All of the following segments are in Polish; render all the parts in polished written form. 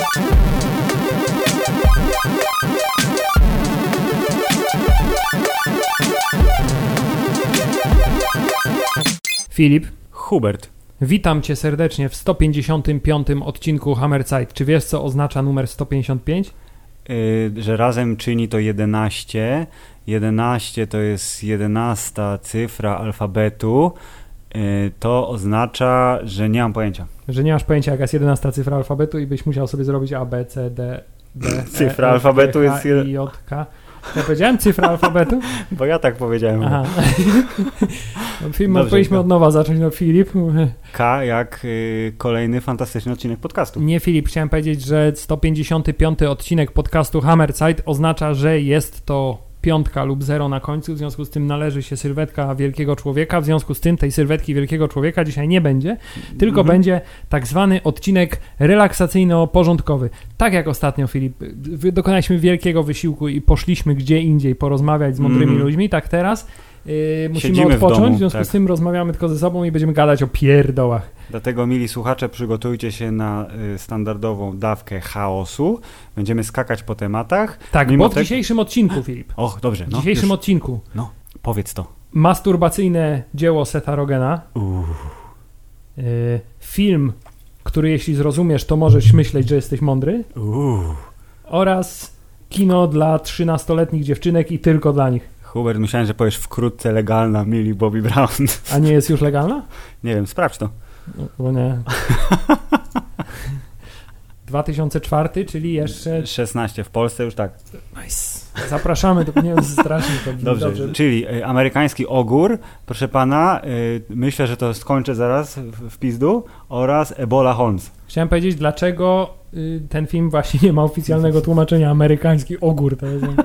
Filip. Hubert. Witam Cię serdecznie w 155. odcinku Hammerzeit. Czy wiesz, co oznacza numer 155? Że razem czyni to 11. 11 to jest 11 cyfra alfabetu. To oznacza, że nie mam pojęcia. Że nie masz pojęcia, jaka jest 11 cyfra alfabetu i byś musiał sobie zrobić A, B, C, D, cyfra alfabetu H, jest I, J, K. Ja powiedziałem cyfra alfabetu? Bo ja tak powiedziałem. Aha. Film powinniśmy od nowa zacząć. No Filip. K jak kolejny fantastyczny odcinek podcastu. Nie Filip, chciałem powiedzieć, że 155. odcinek podcastu Hammerzeit oznacza, że jest to piątka lub 0 na końcu, w związku z tym należy się sylwetka wielkiego człowieka, w związku z tym tej sylwetki wielkiego człowieka dzisiaj nie będzie, tylko będzie tak zwany odcinek relaksacyjno-porządkowy. Tak jak ostatnio, Filip, dokonaliśmy wielkiego wysiłku i poszliśmy gdzie indziej porozmawiać z mądrymi ludźmi, tak teraz musimy siedzimy odpocząć, w związku z tym rozmawiamy tylko ze sobą i będziemy gadać o pierdołach. Dlatego, mili słuchacze, przygotujcie się na standardową dawkę chaosu. Będziemy skakać po tematach. Tak, bo w dzisiejszym odcinku, Filip. Och, dobrze. W dzisiejszym odcinku. No, powiedz to. Masturbacyjne dzieło Setha Rogena. Film, który jeśli zrozumiesz, to możesz myśleć, że jesteś mądry. Oraz kino dla 13-letnich dziewczynek i tylko dla nich. Hubert, myślałem, że powiesz wkrótce legalna Millie Bobby Brown. A nie jest już legalna? Nie wiem, sprawdź to. No, bo nie. 2004, czyli jeszcze... 16 w Polsce już tak. Nice. Zapraszamy, to nie jest strasznie. To dobrze, czyli amerykański ogór, proszę pana, myślę, że to skończę zaraz w pizdu, oraz Ebola Holmes. Chciałem powiedzieć, dlaczego ten film właśnie nie ma oficjalnego tłumaczenia amerykański ogór. To jest...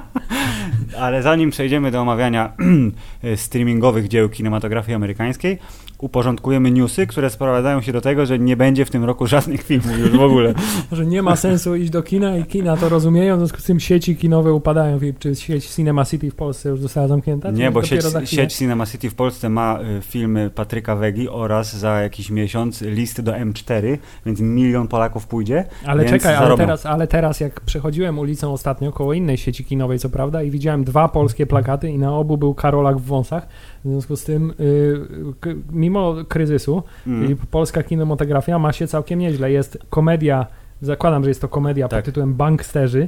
Ale zanim przejdziemy do omawiania streamingowych dzieł kinematografii amerykańskiej, uporządkujemy newsy, które sprowadzają się do tego, że nie będzie w tym roku żadnych filmów już w ogóle. Że nie ma sensu iść do kina i kina to rozumieją, w związku z tym sieci kinowe upadają. Czy sieć Cinema City w Polsce już została zamknięta? Nie, bo sieć Cinema City w Polsce ma filmy Patryka Wegi oraz za jakiś miesiąc list do M4, więc 1 milion Polaków pójdzie. Ale czekaj, ale teraz jak przechodziłem ulicą ostatnio koło innej sieci kinowej, co prawda, i widziałem 2 polskie plakaty i na obu był Karolak w wąsach. W związku z tym mimo kryzysu polska kinematografia ma się całkiem nieźle. Jest komedia, zakładam, że jest to komedia pod tytułem Banksterzy,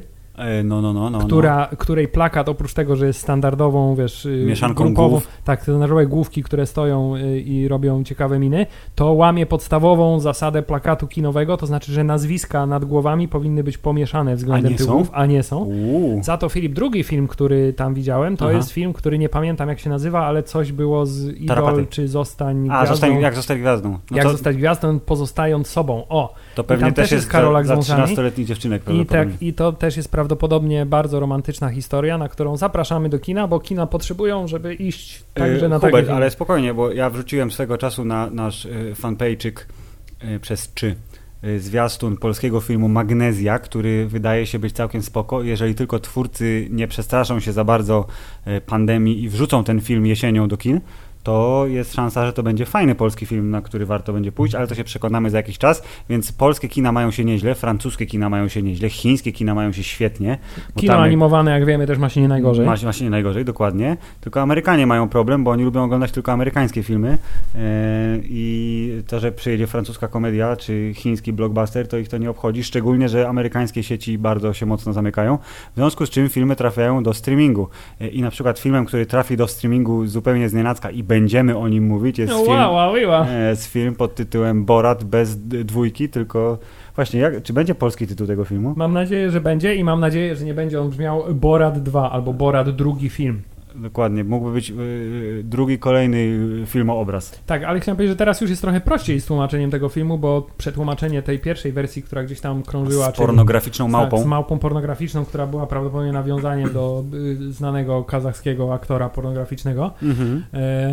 której plakat oprócz tego, że jest standardową, wiesz, mieszanką grupową, głów. tak, te narzędziowe główki, które stoją i robią ciekawe miny, to łamie podstawową zasadę plakatu kinowego, to znaczy, że nazwiska nad głowami powinny być pomieszane względem tych głów, a nie są. Za to, Filip, drugi film, który tam widziałem, to jest film, który nie pamiętam jak się nazywa, ale coś było z Idol, czy Zostań gwiazdą. Jak zostać gwiazdą. Zostać gwiazdą, pozostając sobą. To pewnie też jest Karolak za 13-letnich dziewczynek prawdopodobnie. I to też jest prawdopodobnie bardzo romantyczna historia, na którą zapraszamy do kina, bo kina potrzebują, żeby iść także na takie filmy. Ale spokojnie, bo ja wrzuciłem swego czasu na nasz fanpage'ik przez zwiastun polskiego filmu Magnezja, który wydaje się być całkiem spoko. Jeżeli tylko twórcy nie przestraszą się za bardzo pandemii i wrzucą ten film jesienią do kin, to jest szansa, że to będzie fajny polski film, na który warto będzie pójść, ale to się przekonamy za jakiś czas, więc polskie kina mają się nieźle, francuskie kina mają się nieźle, chińskie kina mają się świetnie. Kino animowane, jak wiemy, też ma się nie najgorzej. Ma się nie najgorzej, dokładnie. Tylko Amerykanie mają problem, bo oni lubią oglądać tylko amerykańskie filmy i to, że przyjedzie francuska komedia czy chiński blockbuster, to ich to nie obchodzi, szczególnie, że amerykańskie sieci bardzo się mocno zamykają, w związku z czym filmy trafiają do streamingu. I na przykład filmem, który trafi do streamingu zupełnie znienacka i będziemy o nim mówić, jest film pod tytułem Borat bez dwójki, tylko właśnie, czy będzie polski tytuł tego filmu? Mam nadzieję, że będzie i mam nadzieję, że nie będzie on brzmiał Borat 2 albo Borat drugi film. Dokładnie, mógłby być drugi, kolejny filmoobraz. Tak, ale chciałem powiedzieć, że teraz już jest trochę prościej z tłumaczeniem tego filmu, bo przetłumaczenie tej pierwszej wersji, która gdzieś tam krążyła... Z pornograficzną małpą. Tak, z małpą pornograficzną, która była prawdopodobnie nawiązaniem do znanego kazachskiego aktora pornograficznego.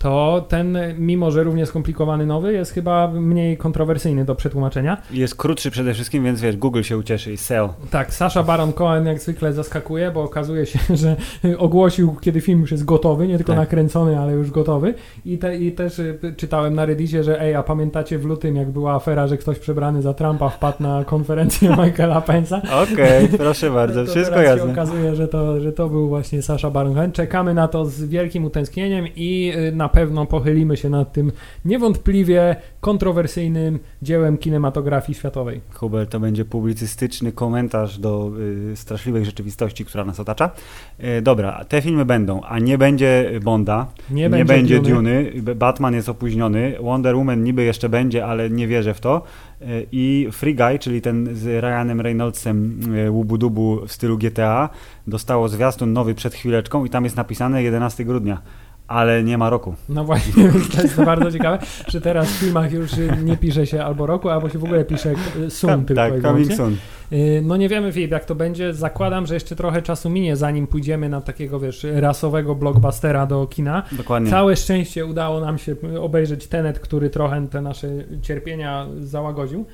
to ten, mimo że równie skomplikowany nowy, jest chyba mniej kontrowersyjny do przetłumaczenia. Jest krótszy przede wszystkim, więc wiesz, Google się ucieszy i SEO. Tak, Sacha Baron Cohen jak zwykle zaskakuje, bo okazuje się, że ogłosił, kiedy film już jest gotowy, nie tylko nakręcony, ale już gotowy. I też czytałem na Reddicie, że a pamiętacie w lutym, jak była afera, że ktoś przebrany za Trumpa wpadł na konferencję Michaela Pence'a? Okej, proszę bardzo, wszystko teraz jasne. się okazuje, że to był właśnie Sacha Baron Cohen. Czekamy na to z wielkim utęsknieniem i na pewno pochylimy się nad tym niewątpliwie kontrowersyjnym dziełem kinematografii światowej. Hubert, to będzie publicystyczny komentarz do straszliwej rzeczywistości, która nas otacza. Dobra, te filmy będą, a nie będzie Bonda, nie będzie Duny, Batman jest opóźniony, Wonder Woman niby jeszcze będzie, ale nie wierzę w to. I Free Guy, czyli ten z Ryanem Reynoldsem łubu-dubu w stylu GTA, dostało zwiastun nowy przed chwileczką i tam jest napisane 11 grudnia. Ale nie ma roku. No właśnie, to jest bardzo ciekawe, że teraz w filmach już nie pisze się albo roku, albo się w ogóle pisze soon tylko. Tak, coming soon. No nie wiemy, Filip, jak to będzie. Zakładam, że jeszcze trochę czasu minie, zanim pójdziemy na takiego, wiesz, rasowego blockbustera do kina. Dokładnie. Całe szczęście udało nam się obejrzeć Tenet, który trochę te nasze cierpienia załagodził.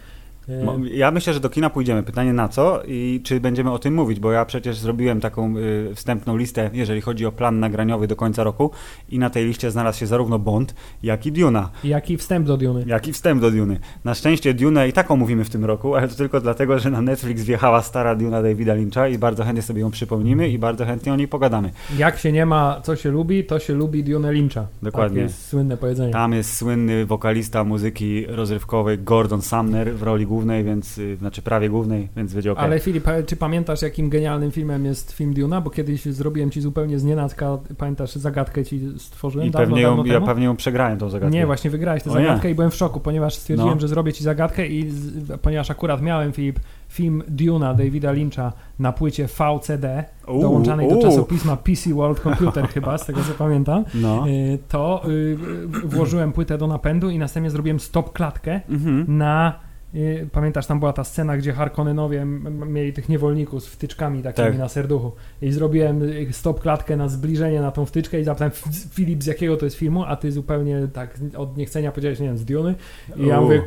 Ja myślę, że do kina pójdziemy. Pytanie na co i czy będziemy o tym mówić, bo ja przecież zrobiłem taką wstępną listę, jeżeli chodzi o plan nagraniowy do końca roku i na tej liście znalazł się zarówno Bond, jak i Duna. Jak i wstęp do Duny. Na szczęście Dunę i tak omówimy w tym roku, ale to tylko dlatego, że na Netflix wjechała stara Duna Davida Lyncha i bardzo chętnie sobie ją przypomnimy i bardzo chętnie o niej pogadamy. Jak się nie ma co się lubi, to się lubi Dunę Lyncha. Dokładnie. Tak jest słynne powiedzenie. Tam jest słynny wokalista muzyki rozrywkowej Gordon Sumner w roli głównej, więc, znaczy prawie głównej, więc będzie okej. Ale Filip, czy pamiętasz, jakim genialnym filmem jest film Duna? Bo kiedyś zrobiłem ci zupełnie znienacka, pamiętasz, zagadkę ci stworzyłem I dawno temu? ja pewnie ją przegrałem, tą zagadkę. Nie, właśnie wygrałeś tę zagadkę i byłem w szoku, ponieważ stwierdziłem, że zrobię ci zagadkę ponieważ akurat miałem, Filip, film Duna Davida Lyncha na płycie VCD, dołączanej do czasopisma PC World Computer chyba, z tego co pamiętam, to włożyłem płytę do napędu i następnie zrobiłem stop klatkę na... Pamiętasz, tam była ta scena, gdzie Harkonnenowie mieli tych niewolników z wtyczkami takimi na serduchu i zrobiłem stop klatkę na zbliżenie na tą wtyczkę i zapytałem, Filip, z jakiego to jest filmu, a ty zupełnie tak od niechcenia powiedziałeś, nie wiem, z Duny i ja mówię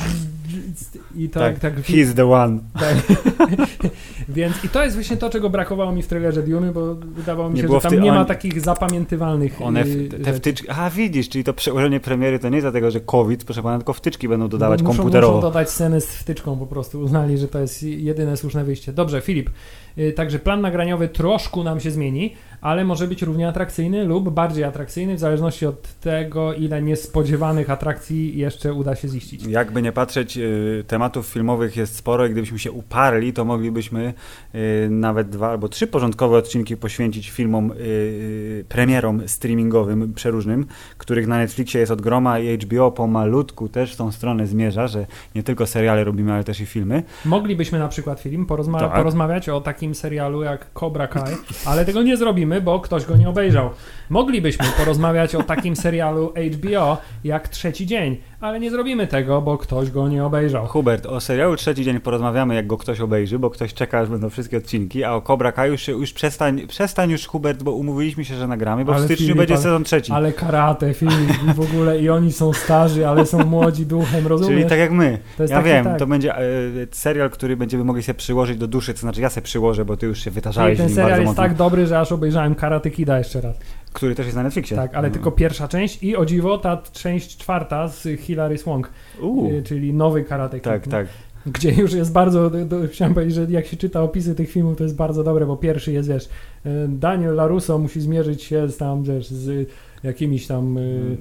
i tak he's the one. Tak. Więc i to jest właśnie to, czego brakowało mi w trailerze Duny, bo wydawało mi się, że tam nie ma takich zapamiętywalnych te wtyczki, widzisz, czyli to przełożenie premiery to nie dlatego, że COVID, proszę pana, tylko wtyczki będą dodawać komputerowo. Muszą dodać sceny z wtyczką, po prostu uznali, że to jest jedyne słuszne wyjście. Dobrze, Filip, także plan nagraniowy troszkę nam się zmieni, ale może być równie atrakcyjny lub bardziej atrakcyjny, w zależności od tego, ile niespodziewanych atrakcji jeszcze uda się ziścić. Jakby nie patrzeć, tematów filmowych jest sporo i gdybyśmy się uparli, to moglibyśmy nawet 2 albo 3 porządkowe odcinki poświęcić filmom, premierom streamingowym przeróżnym, których na Netflixie jest od groma i HBO pomalutku też w tą stronę zmierza, że nie tylko seriale robimy, ale też i filmy. Moglibyśmy na przykład, film porozmawiać o takim serialu jak Cobra Kai, ale tego nie zrobimy, bo ktoś go nie obejrzał. Moglibyśmy porozmawiać o takim serialu HBO jak Trzeci Dzień, ale nie zrobimy tego, bo ktoś go nie obejrzał. Hubert, o serialu Trzeci Dzień porozmawiamy, jak go ktoś obejrzy, bo ktoś czeka, aż będą wszystkie odcinki, a o Cobra Kai już przestań już, Hubert, bo umówiliśmy się, że nagramy, bo w styczniu będzie sezon 3. Ale karate, Filip, w ogóle i oni są starzy, ale są młodzi duchem, rozumiesz? Czyli tak jak my. Ja wiem, tak. to będzie serial, który będziemy mogli sobie przyłożyć do duszy, to znaczy ja sobie przyłożę, bo ty już się wytarzałeś. Ten serial jest tak dobry, że aż obejrzałem Karate Kida jeszcze raz. Który też jest na Netflixie. Tak, ale tylko pierwsza część i o dziwo ta część 4 z Hilary Swank, czyli nowy Karate Kid. Tak. Gdzie już jest bardzo, chciałem powiedzieć, że jak się czyta opisy tych filmów, to jest bardzo dobre, bo pierwszy jest, wiesz, Daniel LaRusso musi zmierzyć się z jakimiś tam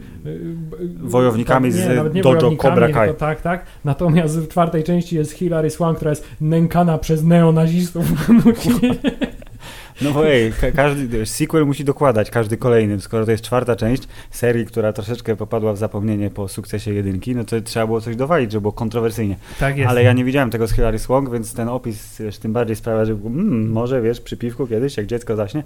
wojownikami z dojo Cobra Kai. Tak. Natomiast w 4 części jest Hilary Swank, która jest nękana przez neonazistów. No bo każdy sequel musi dokładać, każdy kolejny. Skoro to jest 4 część serii, która troszeczkę popadła w zapomnienie po sukcesie 1, no to trzeba było coś dowalić, żeby było kontrowersyjnie. Tak jest. Ale ja nie widziałem tego z Hilary Swank, więc ten opis tym bardziej sprawia, że może wiesz, przy piwku kiedyś, jak dziecko zaśnie.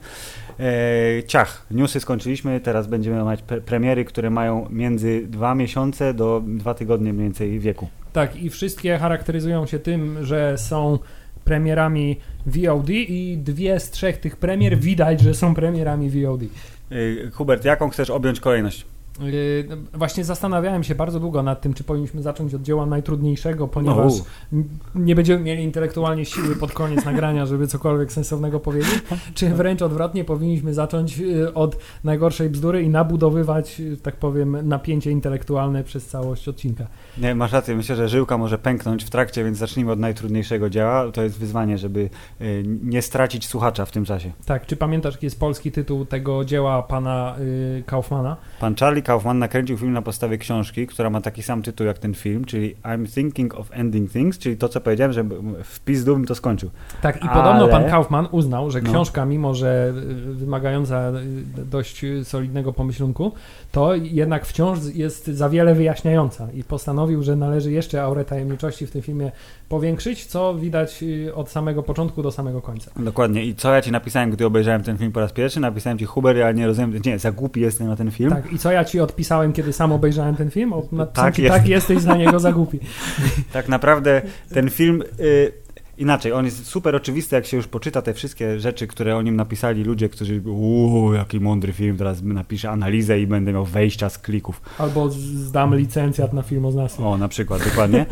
Newsy skończyliśmy, teraz będziemy mieć premiery, które mają między 2 miesiące do 2 tygodnie mniej więcej wieku. Tak, i wszystkie charakteryzują się tym, że są premierami VOD i 2 z 3 tych premier widać, że są premierami VOD. Hubert, jaką chcesz objąć kolejność? Właśnie zastanawiałem się bardzo długo nad tym, czy powinniśmy zacząć od dzieła najtrudniejszego, ponieważ nie będziemy mieli intelektualnie siły pod koniec nagrania, żeby cokolwiek sensownego powiedzieć, czy wręcz odwrotnie, powinniśmy zacząć od najgorszej bzdury i nabudowywać, tak powiem, napięcie intelektualne przez całość odcinka. Nie, masz rację, myślę, że żyłka może pęknąć w trakcie, więc zacznijmy od najtrudniejszego dzieła. To jest wyzwanie, żeby nie stracić słuchacza w tym czasie. Tak, czy pamiętasz, jaki jest polski tytuł tego dzieła pana Kaufmana? Pan Charlie Kaufman nakręcił film na podstawie książki, która ma taki sam tytuł jak ten film, czyli I'm Thinking of Ending Things, czyli to, co powiedziałem, że w pizdu bym to skończył. Tak, i podobno pan Kaufman uznał, że książka, mimo że wymagająca dość solidnego pomyślunku, to jednak wciąż jest za wiele wyjaśniająca i postanowił, że należy jeszcze aurę tajemniczości w tym filmie powiększyć, co widać od samego początku do samego końca. Dokładnie. I co ja ci napisałem, gdy obejrzałem ten film po raz pierwszy? Napisałem ci: Hubert, ja nie rozumiem, nie, za głupi jestem na ten film. Tak, i co ja ci odpisałem, kiedy sam obejrzałem ten film? Tak jesteś za niego za głupi. Tak naprawdę ten film... Inaczej, on jest super oczywisty, jak się już poczyta te wszystkie rzeczy, które o nim napisali ludzie, którzy jaki mądry film, teraz napiszę analizę i będę miał wejścia z klików. Albo zdam licencjat na filmoznawstwo. O, na przykład, dokładnie.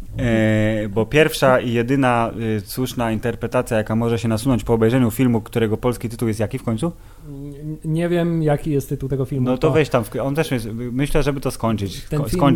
Bo pierwsza i jedyna słuszna interpretacja, jaka może się nasunąć po obejrzeniu filmu, którego polski tytuł jest jaki w końcu? Nie wiem, jaki jest tytuł tego filmu. No to weź tam, on też jest, myślę, żeby to skończyć.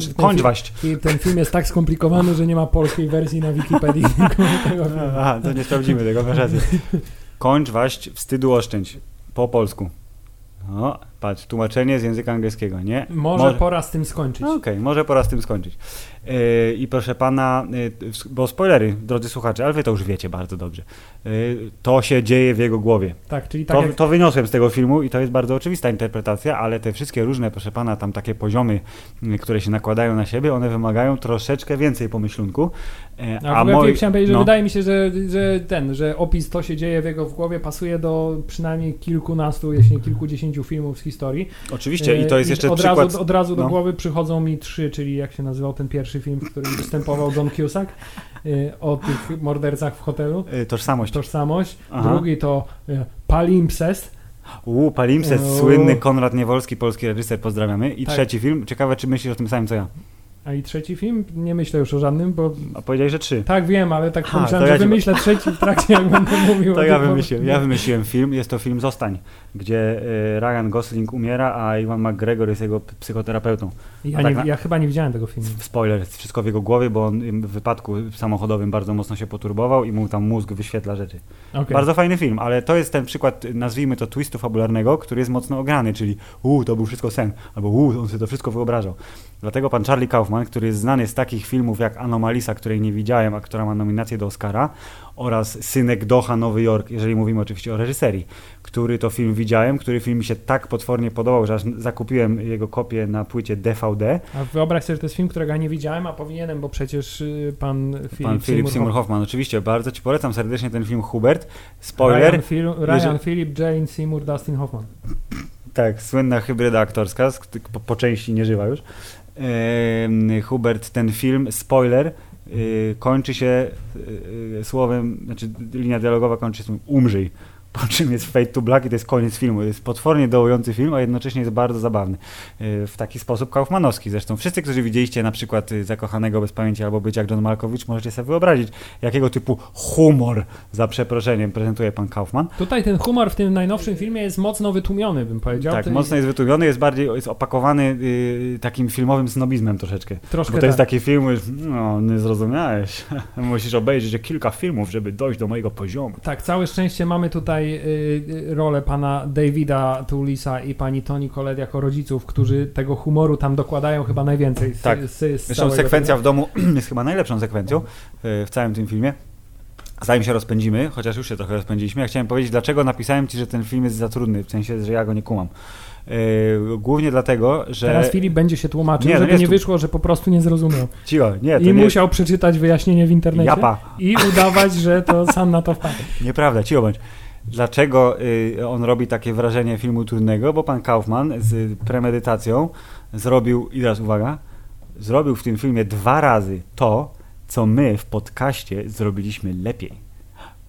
Ten film jest tak skomplikowany, że nie ma polskiej wersji na Wikipedii. Aha, to nie sprawdzimy tego, masz rację. Kończ waść, wstydu oszczędź. Po polsku. No, patrz, tłumaczenie z języka angielskiego, nie? Może pora z tym skończyć. Okej, może pora z tym skończyć. I proszę pana, bo spoilery, drodzy słuchacze, ale wy to już wiecie bardzo dobrze. To się dzieje w jego głowie. Tak, czyli tak to wyniosłem z tego filmu i to jest bardzo oczywista interpretacja, ale te wszystkie różne, proszę pana, tam takie poziomy, które się nakładają na siebie, one wymagają troszeczkę więcej pomyślunku. Chciałem powiedzieć, że wydaje mi się, że opis to się dzieje w jego głowie pasuje do przynajmniej kilkunastu, jeśli nie kilkudziesięciu filmów z historii. Oczywiście i to jest jeszcze przykład... Od razu do głowy przychodzą mi 3, czyli jak się nazywał ten pierwszy film, w którym występował John Cusack, o tych mordercach w hotelu. Tożsamość. Aha. Drugi to Palimpsest. Palimpsest, słynny Konrad Niewolski, polski reżyser, pozdrawiamy. I tak. Trzeci film, ciekawe, czy myślisz o tym samym, co ja. A i trzeci film? Nie myślę już o żadnym, bo... A powiedziałeś, że 3. Tak, wiem, ale tak pomyślałem, że wymyślę trzeci w trakcie, jak będę mówił. To ja wymyśliłem film, jest to film Zostań, gdzie Ryan Gosling umiera, a Ewan McGregor jest jego psychoterapeutą. Ja chyba nie widziałem tego filmu. Spoiler, wszystko w jego głowie, bo on w wypadku samochodowym bardzo mocno się poturbował i mu tam mózg wyświetla rzeczy. Okay. Bardzo fajny film, ale to jest ten przykład, nazwijmy to twistu fabularnego, który jest mocno ograny, czyli to był wszystko sen, albo on sobie to wszystko wyobrażał. Dlatego pan Charlie Kaufman, który jest znany z takich filmów jak Anomalisa, której nie widziałem, a która ma nominację do Oscara, oraz Synek Doha, Nowy Jork, jeżeli mówimy oczywiście o reżyserii, który to film widziałem, który film mi się tak potwornie podobał, że aż zakupiłem jego kopię na płycie DVD. A wyobraź sobie, że to jest film, którego ja nie widziałem, a powinienem, bo przecież pan Philip Seymour Hoffman. Oczywiście, bardzo ci polecam serdecznie ten film, Hubert. Spoiler. Ryan Philip, Jane Seymour, Dustin Hoffman. Tak, słynna hybryda aktorska, po części nieżywa już. Hubert, ten film, spoiler, kończy się słowem, znaczy linia dialogowa kończy się słowem umrzyj, po czym jest Fade to Black i to jest koniec filmu. To jest potwornie dołujący film, a jednocześnie jest bardzo zabawny. W taki sposób kaufmanowski. Zresztą wszyscy, którzy widzieliście na przykład Zakochanego bez pamięci albo Być jak John Malkovich, możecie sobie wyobrazić, jakiego typu humor, za przeproszeniem, prezentuje pan Kaufman. Tutaj ten humor w tym najnowszym filmie jest mocno wytłumiony, bym powiedział. Tak, mocno jest wytłumiony, jest opakowany takim filmowym snobizmem troszeczkę. Troszkę bo to jest taki film, nie zrozumiałeś. Musisz obejrzeć kilka filmów, żeby dojść do mojego poziomu. Tak, całe szczęście mamy tutaj rolę pana Davida Toulisa i pani Toni Collette jako rodziców, którzy tego humoru tam dokładają chyba najwięcej. Zresztą sekwencja w domu jest chyba najlepszą sekwencją w całym tym filmie. Zanim się rozpędzimy, chociaż już się trochę rozpędziliśmy, ja chciałem powiedzieć, dlaczego napisałem ci, że ten film jest za trudny, w sensie, że ja go nie kumam. Głównie dlatego, że... Teraz Filip będzie się tłumaczył, żeby nie wyszło, że po prostu nie zrozumiał. I musiał przeczytać wyjaśnienie w internecie i udawać, że to sam na to wpadł. Nieprawda, cicho bądź. Dlaczego on robi takie wrażenie filmu trudnego? Bo pan Kaufman z premedytacją zrobił, i teraz uwaga, zrobił w tym filmie 2 razy to, co my w podcaście zrobiliśmy lepiej.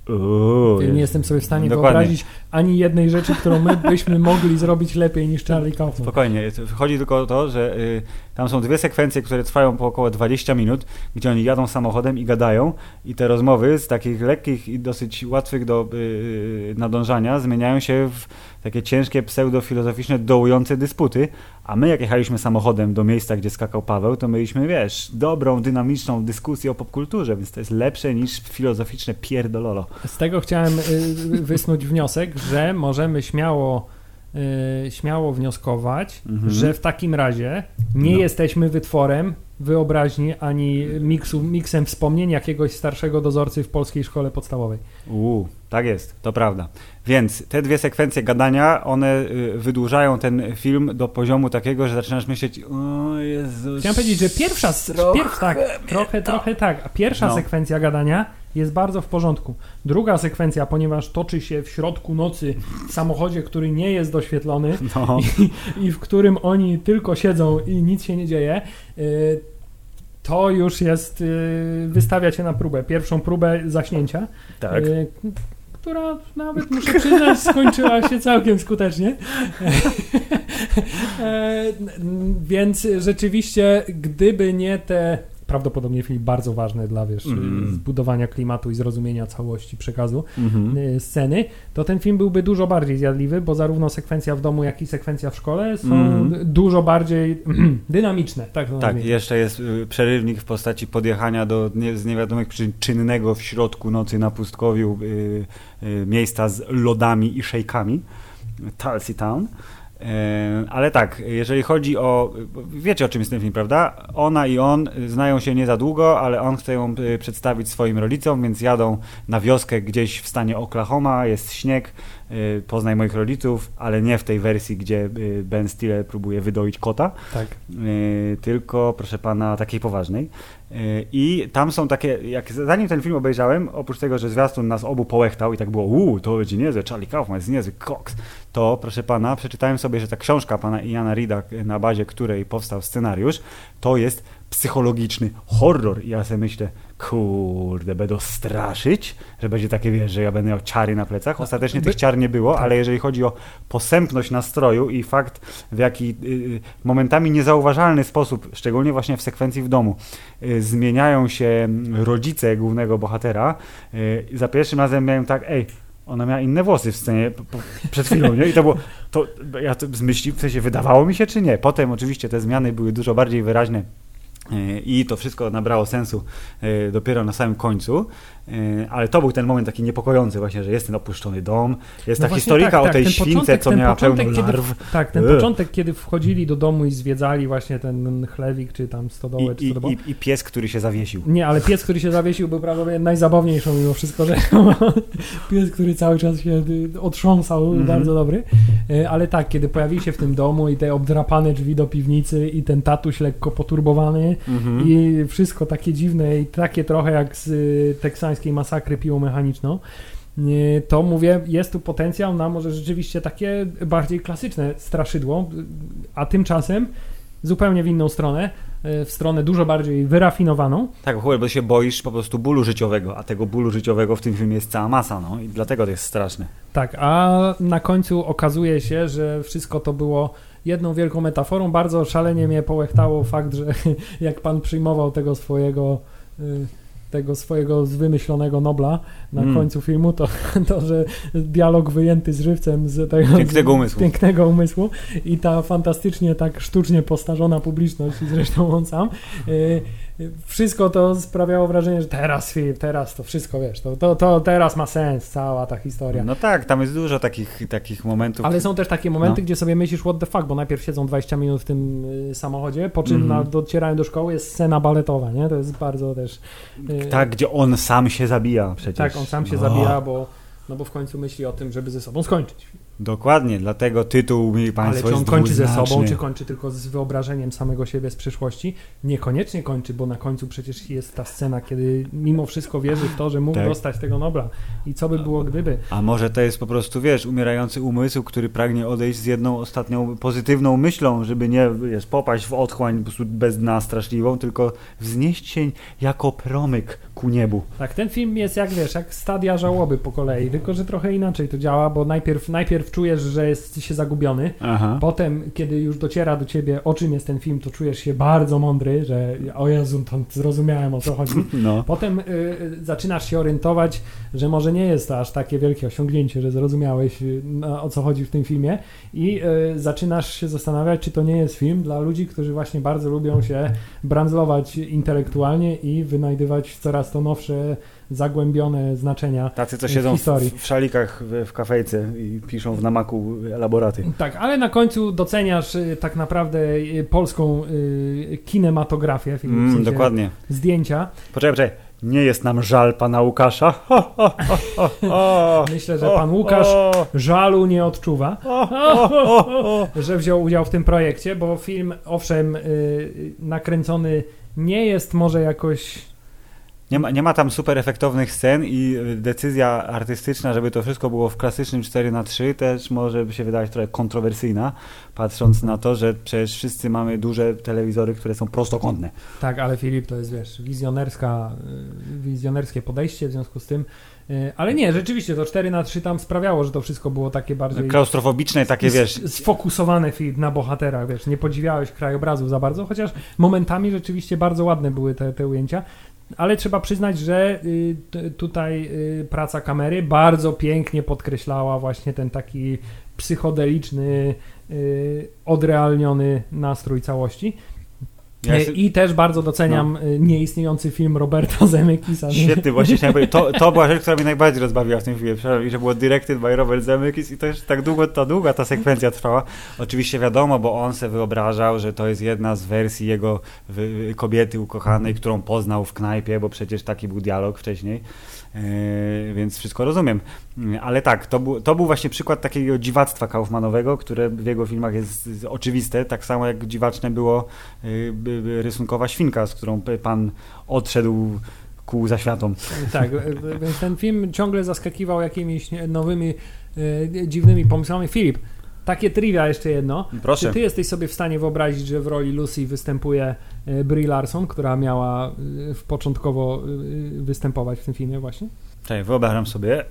Nie jestem sobie w stanie dokładnie wyobrazić ani jednej rzeczy, którą my byśmy mogli zrobić lepiej niż Charlie Kaufman. Spokojnie. Chodzi tylko o to, że tam są 2 sekwencje, które trwają po około 20 minut, gdzie oni jadą samochodem i gadają i te rozmowy z takich lekkich i dosyć łatwych do nadążania zmieniają się w takie ciężkie, pseudofilozoficzne, dołujące dysputy, a my jak jechaliśmy samochodem do miejsca, gdzie skakał Paweł, to mieliśmy, dobrą, dynamiczną dyskusję o popkulturze, więc to jest lepsze niż filozoficzne pierdololo. Z tego chciałem wysnuć wniosek, że możemy śmiało wnioskować, że w takim razie nie jesteśmy wytworem wyobraźni ani miksem wspomnień jakiegoś starszego dozorcy w polskiej szkole podstawowej. Tak jest, to prawda. Więc te 2 sekwencje gadania, one wydłużają ten film do poziomu takiego, że zaczynasz myśleć, o Jezus. Chciałem powiedzieć, że trochę tak, a pierwsza sekwencja gadania jest bardzo w porządku. Druga sekwencja, ponieważ toczy się w środku nocy w samochodzie, który nie jest doświetlony i w którym oni tylko siedzą i nic się nie dzieje, to już jest, wystawia cię na próbę. Pierwszą próbę zaśnięcia, która nawet, muszę przyznać, skończyła się całkiem skutecznie. Więc rzeczywiście, gdyby nie te prawdopodobnie film bardzo ważny dla, zbudowania klimatu i zrozumienia całości przekazu sceny, to ten film byłby dużo bardziej zjadliwy, bo zarówno sekwencja w domu, jak i sekwencja w szkole są dużo bardziej dynamiczne. Tak, jeszcze jest przerywnik w postaci podjechania do z niewiadomych przyczyn czynnego w środku nocy na pustkowiu miejsca z lodami i szejkami. Tulsi Town. Ale tak, jeżeli chodzi o... Wiecie, o czym jest ten film, prawda? Ona i on znają się nie za długo, ale on chce ją przedstawić swoim rodzicom, więc jadą na wioskę gdzieś w stanie Oklahoma, jest śnieg, poznaj moich rodziców, ale nie w tej wersji, gdzie Ben Stiller próbuje wydoić kota, tylko, proszę pana, takiej poważnej. I tam są takie, zanim ten film obejrzałem, oprócz tego, że zwiastun nas obu połechtał i tak było, to będzie niezłe, Charlie Kaufman jest niezły koks, to, proszę pana, przeczytałem sobie, że ta książka pana Iana Reeda, na bazie której powstał scenariusz, to jest psychologiczny horror. I ja sobie myślę, kurde, będą straszyć, że będzie takie, że ja będę miał ciary na plecach. Ostatecznie tych ciar nie było, ale jeżeli chodzi o posępność nastroju i fakt, w jaki momentami niezauważalny sposób, szczególnie właśnie w sekwencji w domu, zmieniają się rodzice głównego bohatera, za pierwszym razem miałem tak, ona miała inne włosy w scenie przed chwilą, nie? I to było, ja to z myśli, w sensie wydawało mi się, czy nie? Potem oczywiście te zmiany były dużo bardziej wyraźne i to wszystko nabrało sensu dopiero na samym końcu, ale to był ten moment taki niepokojący właśnie, że jest ten opuszczony dom, jest ta historyjka o tej śwince, co miała pełno larw. Ten początek, kiedy wchodzili do domu i zwiedzali właśnie ten chlewik, czy tam stodołę, czy stodołę. I pies, który się zawiesił. Nie, ale pies, który się zawiesił, był prawdopodobnie najzabawniejszą mimo wszystko rzeczą. Pies, który cały czas się otrząsał, bardzo dobry. Ale tak, kiedy pojawili się w tym domu i te obdrapane drzwi do piwnicy i ten tatuś lekko poturbowany i wszystko takie dziwne i takie trochę jak z teksańskiej masakry piłą mechaniczną, to mówię, jest tu potencjał na może rzeczywiście takie bardziej klasyczne straszydło, a tymczasem zupełnie w inną stronę, w stronę dużo bardziej wyrafinowaną. Tak, bo się boisz po prostu bólu życiowego, a tego bólu życiowego w tym filmie jest cała masa, i dlatego to jest straszne. Tak, a na końcu okazuje się, że wszystko to było jedną wielką metaforą. Bardzo szalenie mnie połechtało fakt, że jak pan przyjmował tego swojego wymyślonego Nobla na końcu filmu, to, że dialog wyjęty z żywcem z tego pięknego umysłu i ta fantastycznie tak sztucznie postarzona publiczność i zresztą on sam, wszystko to sprawiało wrażenie, że teraz to wszystko, to teraz ma sens cała ta historia. No tak, tam jest dużo takich momentów. Ale są też takie momenty, gdzie sobie myślisz, what the fuck, bo najpierw siedzą 20 minut w tym samochodzie, po czym docierają do szkoły, jest scena baletowa, nie? To jest bardzo też... Tak, gdzie on sam się zabija przecież. Tak, on sam się zabija, bo w końcu myśli o tym, żeby ze sobą skończyć. Dokładnie, dlatego tytuł, mieli państwo, ale czy on jest kończy ze sobą, dwuznaczny. czy kończy tylko z wyobrażeniem samego siebie z przyszłości? Niekoniecznie kończy, bo na końcu przecież jest ta scena, kiedy mimo wszystko wierzy w to, że mógł dostać tego Nobla. I co by było gdyby? A może to jest po prostu, wiesz, umierający umysł, który pragnie odejść z jedną ostatnią pozytywną myślą, żeby nie, wiesz, popaść w otchłań po prostu bez dna straszliwą, tylko wznieść się jako promyk ku niebu. Tak, ten film jest jak, wiesz, jak stadia żałoby po kolei, tylko że trochę inaczej to działa, bo najpierw czujesz, że jest się zagubiony, potem, kiedy już dociera do ciebie, o czym jest ten film, to czujesz się bardzo mądry, że o Jezu, to zrozumiałem, o co chodzi. No. Potem zaczynasz się orientować, że może nie jest to aż takie wielkie osiągnięcie, że zrozumiałeś, o co chodzi w tym filmie i zaczynasz się zastanawiać, czy to nie jest film dla ludzi, którzy właśnie bardzo lubią się brandzlować intelektualnie i wynajdywać coraz to nowsze, zagłębione znaczenia. Tacy, co siedzą w szalikach w kafejce i piszą w namaku elaboraty. Tak, ale na końcu doceniasz tak naprawdę polską kinematografię, w sensie dokładnie. zdjęcia. Poczekaj. Nie jest nam żal pana Łukasza. Myślę, że pan Łukasz żalu nie odczuwa, że wziął udział w tym projekcie, bo film, owszem, nakręcony nie jest może jakoś... Nie ma tam super efektownych scen i decyzja artystyczna, żeby to wszystko było w klasycznym 4:3 też może by się wydawać trochę kontrowersyjna, patrząc na to, że przecież wszyscy mamy duże telewizory, które są prostokątne. Tak, ale Filip, to jest, wiesz, wizjonerskie podejście w związku z tym, ale nie, rzeczywiście to 4:3 tam sprawiało, że to wszystko było takie bardziej... Klaustrofobiczne, takie, wiesz... Sfokusowane na bohaterach, wiesz, nie podziwiałeś krajobrazu za bardzo, chociaż momentami rzeczywiście bardzo ładne były te ujęcia. Ale trzeba przyznać, że tutaj praca kamery bardzo pięknie podkreślała właśnie ten taki psychodeliczny, odrealniony nastrój całości. I też bardzo doceniam nieistniejący film Roberta Zemeckisa. Świetny, właśnie chciałem powiedzieć. To była rzecz, która mnie najbardziej rozbawiła w tym filmie. I że było directed by Robert Zemeckis i to już tak długa ta sekwencja trwała. Oczywiście wiadomo, bo on se wyobrażał, że to jest jedna z wersji jego kobiety ukochanej, którą poznał w knajpie, bo przecież taki był dialog wcześniej. Więc wszystko rozumiem. Ale tak, to był właśnie przykład takiego dziwactwa kaufmanowego, które w jego filmach jest oczywiste, tak samo jak dziwaczne było rysunkowa świnka, z którą pan odszedł ku zaświatom. Tak, więc ten film ciągle zaskakiwał jakimiś nowymi, dziwnymi pomysłami. Filip, takie trivia jeszcze jedno. Proszę. Czy ty jesteś sobie w stanie wyobrazić, że w roli Lucy występuje Brie Larson, która miała początkowo występować w tym filmie właśnie? Cześć, wyobrażam sobie.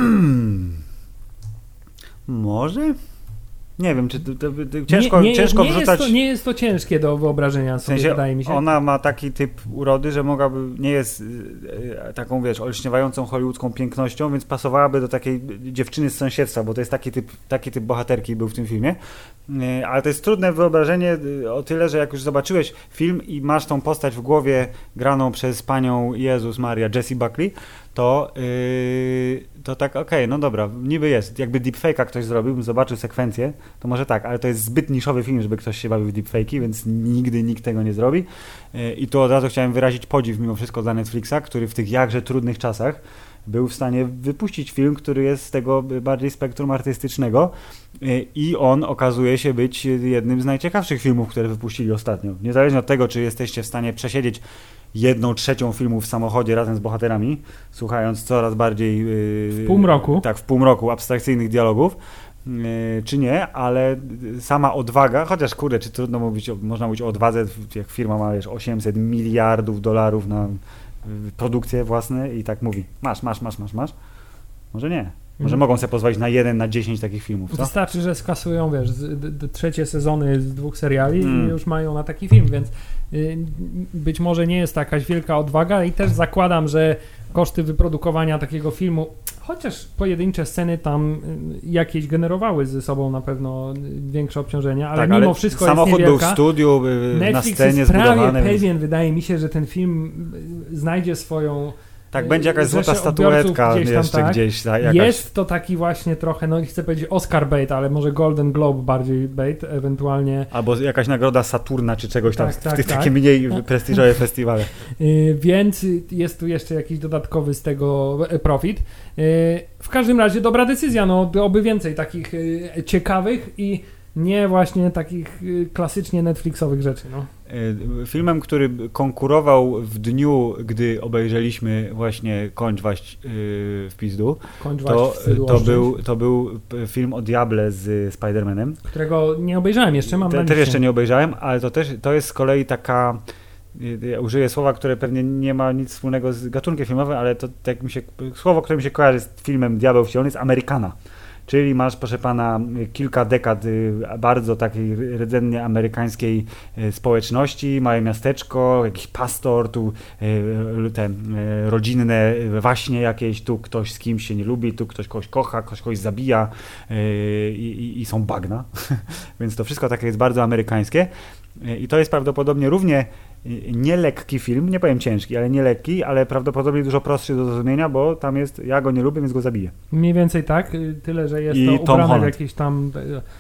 Może? Nie wiem, czy ciężko wrzucać... Nie jest to ciężkie do wyobrażenia sobie, w sensie, wydaje mi się. Ona ma taki typ urody, że mogłaby, nie jest taką, wiesz, olśniewającą hollywoodzką pięknością, więc pasowałaby do takiej dziewczyny z sąsiedztwa, bo to jest taki typ bohaterki był w tym filmie. Ale to jest trudne wyobrażenie o tyle, że jak już zobaczyłeś film i masz tą postać w głowie graną przez panią Jezus Maria, Jessie Buckley, to tak okej, no dobra, niby jest. Jakby deepfake'a ktoś zrobił, zobaczył sekwencję, to może tak, ale to jest zbyt niszowy film, żeby ktoś się bawił w deepfake'i, więc nigdy nikt tego nie zrobi. I tu od razu chciałem wyrazić podziw mimo wszystko dla Netflixa, który w tych jakże trudnych czasach był w stanie wypuścić film, który jest z tego bardziej spektrum artystycznego i on okazuje się być jednym z najciekawszych filmów, które wypuścili ostatnio. Niezależnie od tego, czy jesteście w stanie przesiedzieć 1/3 filmu w samochodzie razem z bohaterami, słuchając coraz bardziej w półmroku. Tak, w półmroku abstrakcyjnych dialogów, czy nie, ale sama odwaga, chociaż kurde, czy trudno mówić, można mówić o odwadze, jak firma ma, wiesz, $800 miliardów na produkcje własne i tak mówi, masz. Może nie. Może mogą sobie pozwolić na 1 na 10 takich filmów. Co? Wystarczy, że skasują, wiesz, trzecie sezony z 2 seriali i już mają na taki film, więc być może nie jest to jakaś wielka odwaga i też zakładam, że koszty wyprodukowania takiego filmu, chociaż pojedyncze sceny tam jakieś generowały ze sobą na pewno większe obciążenia, ale tak, mimo wszystko samochód jest niewielka. był w studiu, Netflix na scenie jest prawie zbudowany. pewien, wydaje mi się, że ten film znajdzie swoją Tak, będzie jakaś złota rzesze statuetka gdzieś tam, jeszcze tak. gdzieś. Jakaś... Jest to taki właśnie trochę, no chcę powiedzieć Oscar bait, ale może Golden Globe bardziej bait, ewentualnie. Albo jakaś nagroda Saturna czy czegoś tam Tak, w tych takie mniej prestiżowe festiwale. Więc jest tu jeszcze jakiś dodatkowy z tego profit. W każdym razie dobra decyzja, no oby więcej takich ciekawych i nie właśnie takich klasycznie Netflixowych rzeczy. No. Filmem, który konkurował w dniu, gdy obejrzeliśmy właśnie Kończ waść w pizdu, to był film o Diable z Spider-Manem. Którego nie obejrzałem jeszcze, mam na liście. Też jeszcze nie obejrzałem, ale to jest z kolei taka, ja użyję słowa, które pewnie nie ma nic wspólnego z gatunkiem filmowym, ale to tak słowo, które mi się kojarzy z filmem Diabeł wcielony, jest Amerykana. Czyli masz, proszę pana, kilka dekad bardzo takiej rdzennie amerykańskiej społeczności, małe miasteczko, jakiś pastor, tu te rodzinne waśnie jakieś, tu ktoś z kimś się nie lubi, tu ktoś kogoś kocha, ktoś kogoś zabija i są bagna. Więc to wszystko takie jest bardzo amerykańskie. I to jest prawdopodobnie równie nielekki film, nie powiem ciężki, ale nielekki, ale prawdopodobnie dużo prostszy do zrozumienia, bo tam jest, ja go nie lubię, więc go zabiję. Mniej więcej tak, tyle, że jest I to ubrane w jakiś tam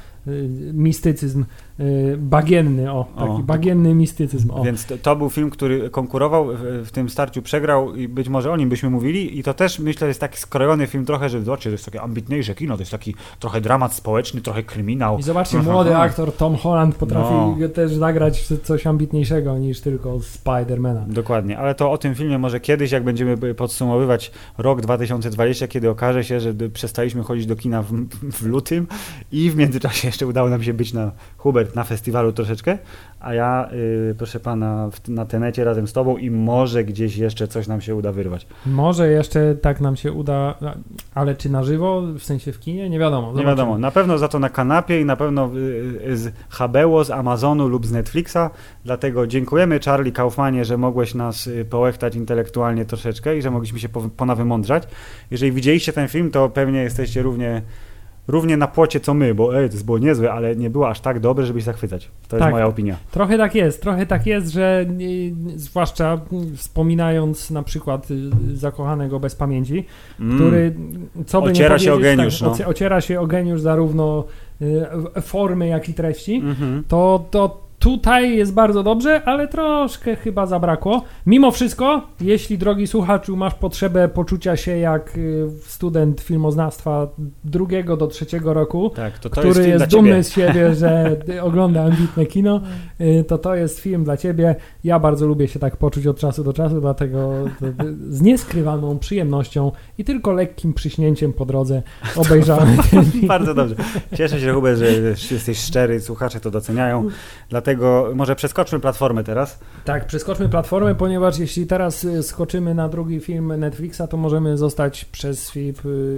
mistycyzm bagienny, taki bagienny mistycyzm. Więc to był film, który konkurował, w tym starciu przegrał i być może o nim byśmy mówili i to też myślę jest taki skrojony film trochę, że zobaczcie, to jest takie ambitniejsze kino, to jest taki trochę dramat społeczny, trochę kryminał. I zobaczcie, młody aktor Tom Holland potrafi też zagrać coś ambitniejszego niż tylko Spidermana. Dokładnie, ale to o tym filmie może kiedyś, jak będziemy podsumowywać rok 2020, kiedy okaże się, że przestaliśmy chodzić do kina w lutym i w międzyczasie jeszcze udało nam się być na festiwalu troszeczkę, a ja, proszę pana, na Tenecie razem z tobą i może gdzieś jeszcze coś nam się uda wyrwać. Może jeszcze tak nam się uda, ale czy na żywo, w sensie w kinie? Nie wiadomo. Zobaczymy. Nie wiadomo. Na pewno za to na kanapie i na pewno z HBO, z Amazonu lub z Netflixa, dlatego dziękujemy Charlie Kaufmanie, że mogłeś nas połechtać intelektualnie troszeczkę i że mogliśmy się ponawymądrzać. Jeżeli widzieliście ten film, to pewnie jesteście równie na płocie co my, bo to było niezłe, ale nie było aż tak dobre, żeby się zachwycać. To jest moja opinia. Trochę tak jest, że zwłaszcza wspominając na przykład Zakochanego bez pamięci, który co by ociera nie się o geniusz. tak, ociera się o geniusz zarówno formy, jak i treści, to tutaj jest bardzo dobrze, ale troszkę chyba zabrakło. Mimo wszystko, jeśli, drogi słuchaczu, masz potrzebę poczucia się jak student filmoznawstwa 2. do 3. roku, tak, to który jest dumny z siebie, że ogląda ambitne kino, to jest film dla ciebie. Ja bardzo lubię się tak poczuć od czasu do czasu, dlatego z nieskrywaną przyjemnością i tylko lekkim przyśnięciem po drodze obejrzałem ten film. Bardzo dobrze. Cieszę się, Hubert, że jesteś szczery, słuchacze to doceniają. Dlatego może przeskoczmy platformę teraz. Tak, przeskoczmy platformę, ponieważ jeśli teraz skoczymy na drugi film Netflixa, to możemy zostać przez FIP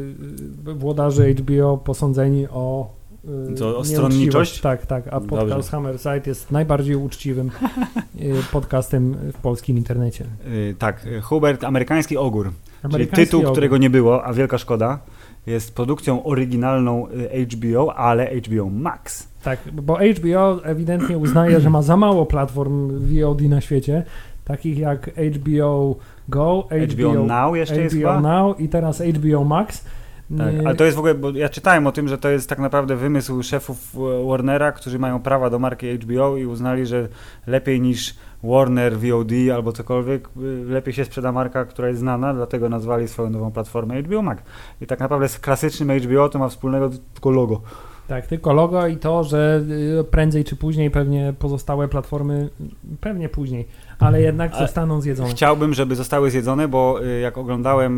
włodarzy HBO posądzeni o stronniczość? Tak, a podcast Hammerside jest najbardziej uczciwym podcastem w polskim internecie. Tak, Hubert, Amerykański Ogór, czyli tytuł, którego nie było, a wielka szkoda, jest produkcją oryginalną HBO, ale HBO Max. Tak, bo HBO ewidentnie uznaje, że ma za mało platform VOD na świecie, takich jak HBO Go, HBO Now jeszcze jest chyba? Now i teraz HBO Max. Tak, ale to jest w ogóle, bo ja czytałem o tym, że to jest tak naprawdę wymysł szefów Warnera, którzy mają prawa do marki HBO i uznali, że lepiej niż Warner VOD albo cokolwiek, lepiej się sprzeda marka, która jest znana, dlatego nazwali swoją nową platformę HBO Max. I tak naprawdę z klasycznym HBO to ma wspólnego tylko logo. Tak, tylko logo i to, że prędzej czy później pewnie pozostałe platformy, pewnie później, ale jednak zostaną zjedzone. Chciałbym, żeby zostały zjedzone, bo jak oglądałem,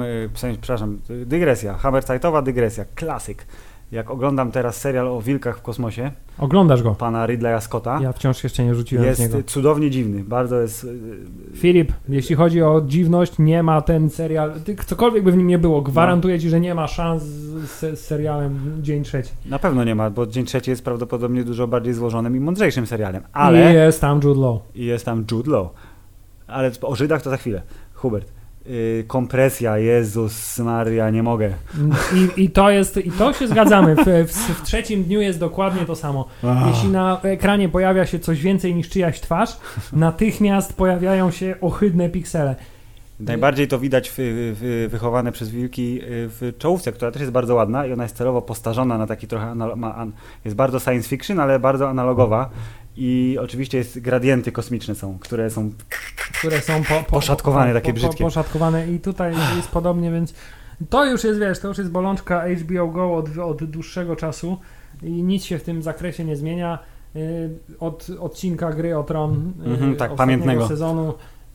dygresja, Hammerside'owa dygresja, klasyk. Jak oglądam teraz serial o wilkach w kosmosie. Oglądasz go? Pana Ridleya Scotta. Ja wciąż jeszcze nie rzuciłem z niego. Jest cudownie dziwny, bardzo jest... Filip, jeśli chodzi o dziwność, nie ma ten serial, cokolwiek by w nim nie było, gwarantuję ci, że nie ma szans z serialem Dzień Trzeci. Na pewno nie ma, bo Dzień Trzeci jest prawdopodobnie dużo bardziej złożonym i mądrzejszym serialem, ale... I jest tam Jude Law. Ale o Żydach to za chwilę. Hubert. Kompresja, Jezus Maria, nie mogę. I to się zgadzamy. W trzecim dniu jest dokładnie to samo. Jeśli na ekranie pojawia się coś więcej niż czyjaś twarz, natychmiast pojawiają się ohydne piksele. Najbardziej to widać wychowane przez wilki w czołówce, która też jest bardzo ładna i ona jest celowo postarzona na taki trochę, jest bardzo science fiction, ale bardzo analogowa i oczywiście gradienty kosmiczne są, które są poszatkowane, takie brzydkie. Poszatkowane i tutaj jest podobnie, więc to już jest, wiesz, to już jest bolączka HBO Go od dłuższego czasu i nic się w tym zakresie nie zmienia. Od odcinka Gry o Tron, tak, pamiętnego sezonu,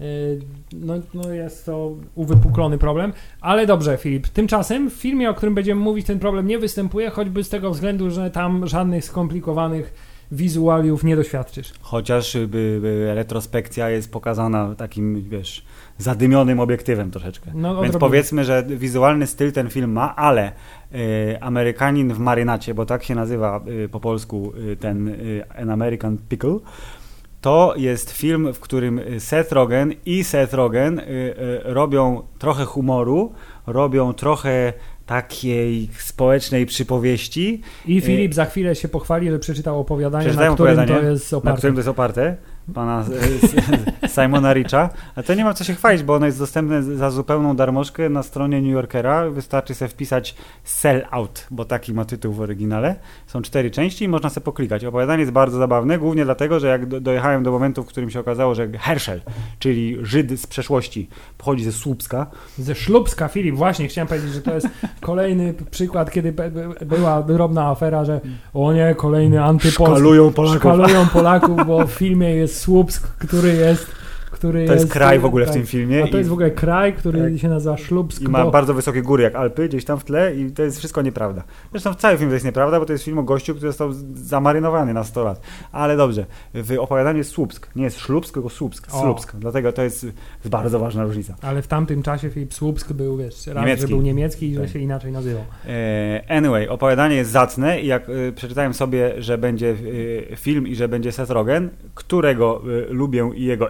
no jest to uwypuklony problem, ale dobrze, Filip, tymczasem w filmie, o którym będziemy mówić, ten problem nie występuje, choćby z tego względu, że tam żadnych skomplikowanych wizualiów nie doświadczysz. Chociaż retrospekcja jest pokazana takim, wiesz, zadymionym obiektywem troszeczkę. Więc powiedzmy, że wizualny styl ten film ma, ale Amerykanin w marynacie, bo tak się nazywa po polsku ten An American Pickle, to jest film, w którym Seth Rogen robią trochę humoru, robią trochę takiej społecznej przypowieści. I Filip za chwilę się pochwali, że przeczytał opowiadanie, na którym to jest oparte. Pana Simona Richa, a to nie ma co się chwalić, bo ono jest dostępne za zupełną darmożkę na stronie New Yorkera. Wystarczy sobie wpisać Sell Out, bo taki ma tytuł w oryginale. Są 4 części i można sobie poklikać. Opowiadanie jest bardzo zabawne, głównie dlatego, że jak dojechałem do momentu, w którym się okazało, że Herschel, czyli Żyd z przeszłości, pochodzi ze Słupska. Ze Szlupska, Filip, właśnie chciałem powiedzieć, że to jest kolejny przykład, kiedy była drobna afera, że o nie, kolejny antypolski. Szkalują Polaków, bo w filmie jest Słupsk, który jest... To jest kraj w ogóle w tym filmie. A to jest w ogóle kraj, który się nazywa Szlupsk. I ma bardzo wysokie góry jak Alpy gdzieś tam w tle i to jest wszystko nieprawda. Zresztą cały film to jest nieprawda, bo to jest film o gościu, który został zamarynowany na 100 lat. Ale dobrze, w opowiadaniu jest Słupsk. Nie jest Szlupsk, tylko Słupsk. Dlatego to jest bardzo ważna różnica. Ale w tamtym czasie Filip Słupsk był, wiesz, raz, że był niemiecki i że się inaczej nazywał. Anyway, opowiadanie jest zacne i jak przeczytałem sobie, że będzie film i że będzie Seth Rogen, którego lubię i jego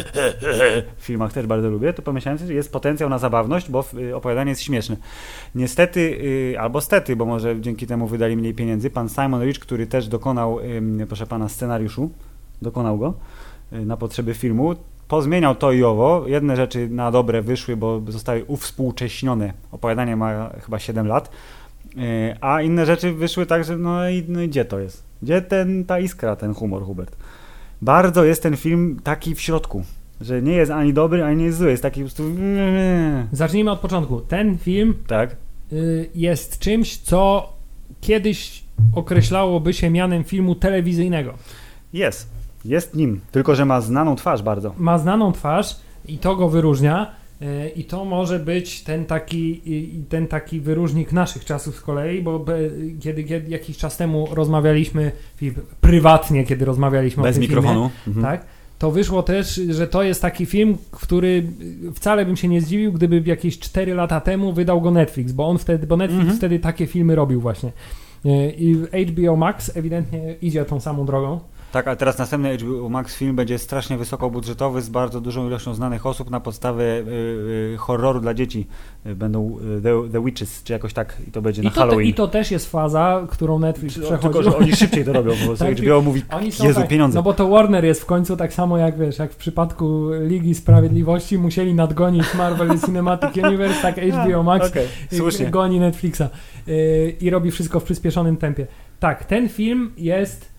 w filmach też bardzo lubię, to pomyślałem sobie, że jest potencjał na zabawność, bo opowiadanie jest śmieszne. Niestety, albo stety, bo może dzięki temu wydali mniej pieniędzy, pan Simon Rich, który też dokonał, proszę pana, scenariuszu, dokonał go na potrzeby filmu, pozmieniał to i owo. Jedne rzeczy na dobre wyszły, bo zostały uwspółcześnione. Opowiadanie ma chyba 7 lat, a inne rzeczy wyszły tak, że no i gdzie to jest? Gdzie ta iskra, ten humor, Hubert? Bardzo jest ten film taki w środku, że nie jest ani dobry, ani nie jest zły. Jest taki po prostu... Zacznijmy od początku. Ten film jest czymś, co kiedyś określałoby się mianem filmu telewizyjnego. Jest nim, tylko że ma znaną twarz bardzo. Ma znaną twarz i to go wyróżnia. I to może być ten taki wyróżnik naszych czasów z kolei, bo kiedy jakiś czas temu rozmawialiśmy prywatnie, kiedy rozmawialiśmy bez o tym mikrofonu, filmie, tak, to wyszło też, że to jest taki film, który wcale bym się nie zdziwił, gdyby jakieś 4 lata temu wydał go Netflix, bo Netflix wtedy takie filmy robił właśnie. I HBO Max ewidentnie idzie tą samą drogą. Tak, a teraz następny HBO Max film będzie strasznie wysokobudżetowy z bardzo dużą ilością znanych osób na podstawie horroru dla dzieci. Będą The Witches, czy jakoś tak, i to będzie na Halloween. I to też jest faza, którą Netflix przechodzi. Tylko, że oni szybciej to robią, bo tak, HBO mówi, Jezu, pieniądze. No bo to Warner jest w końcu tak samo jak, wiesz, jak w przypadku Ligi Sprawiedliwości musieli nadgonić Marvel Cinematic Universe, tak HBO Max goni Netflixa i robi wszystko w przyspieszonym tempie. Tak, ten film jest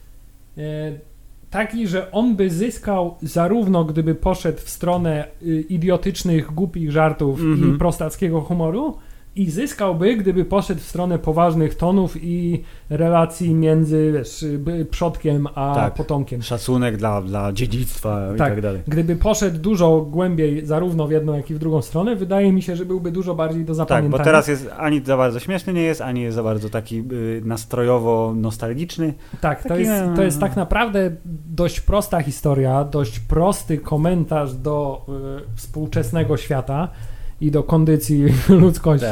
taki, że on by zyskał zarówno gdyby poszedł w stronę idiotycznych, głupich żartów i prostackiego humoru, i zyskałby, gdyby poszedł w stronę poważnych tonów i relacji między, wiesz, przodkiem a potomkiem. Szacunek dla dziedzictwa i tak dalej. Gdyby poszedł dużo głębiej zarówno w jedną, jak i w drugą stronę, wydaje mi się, że byłby dużo bardziej do zapamiętania. Tak, bo teraz jest ani za bardzo śmieszny nie jest, ani jest za bardzo taki nastrojowo nostalgiczny. Tak, to jest tak naprawdę dość prosta historia, dość prosty komentarz do współczesnego świata i do kondycji ludzkości,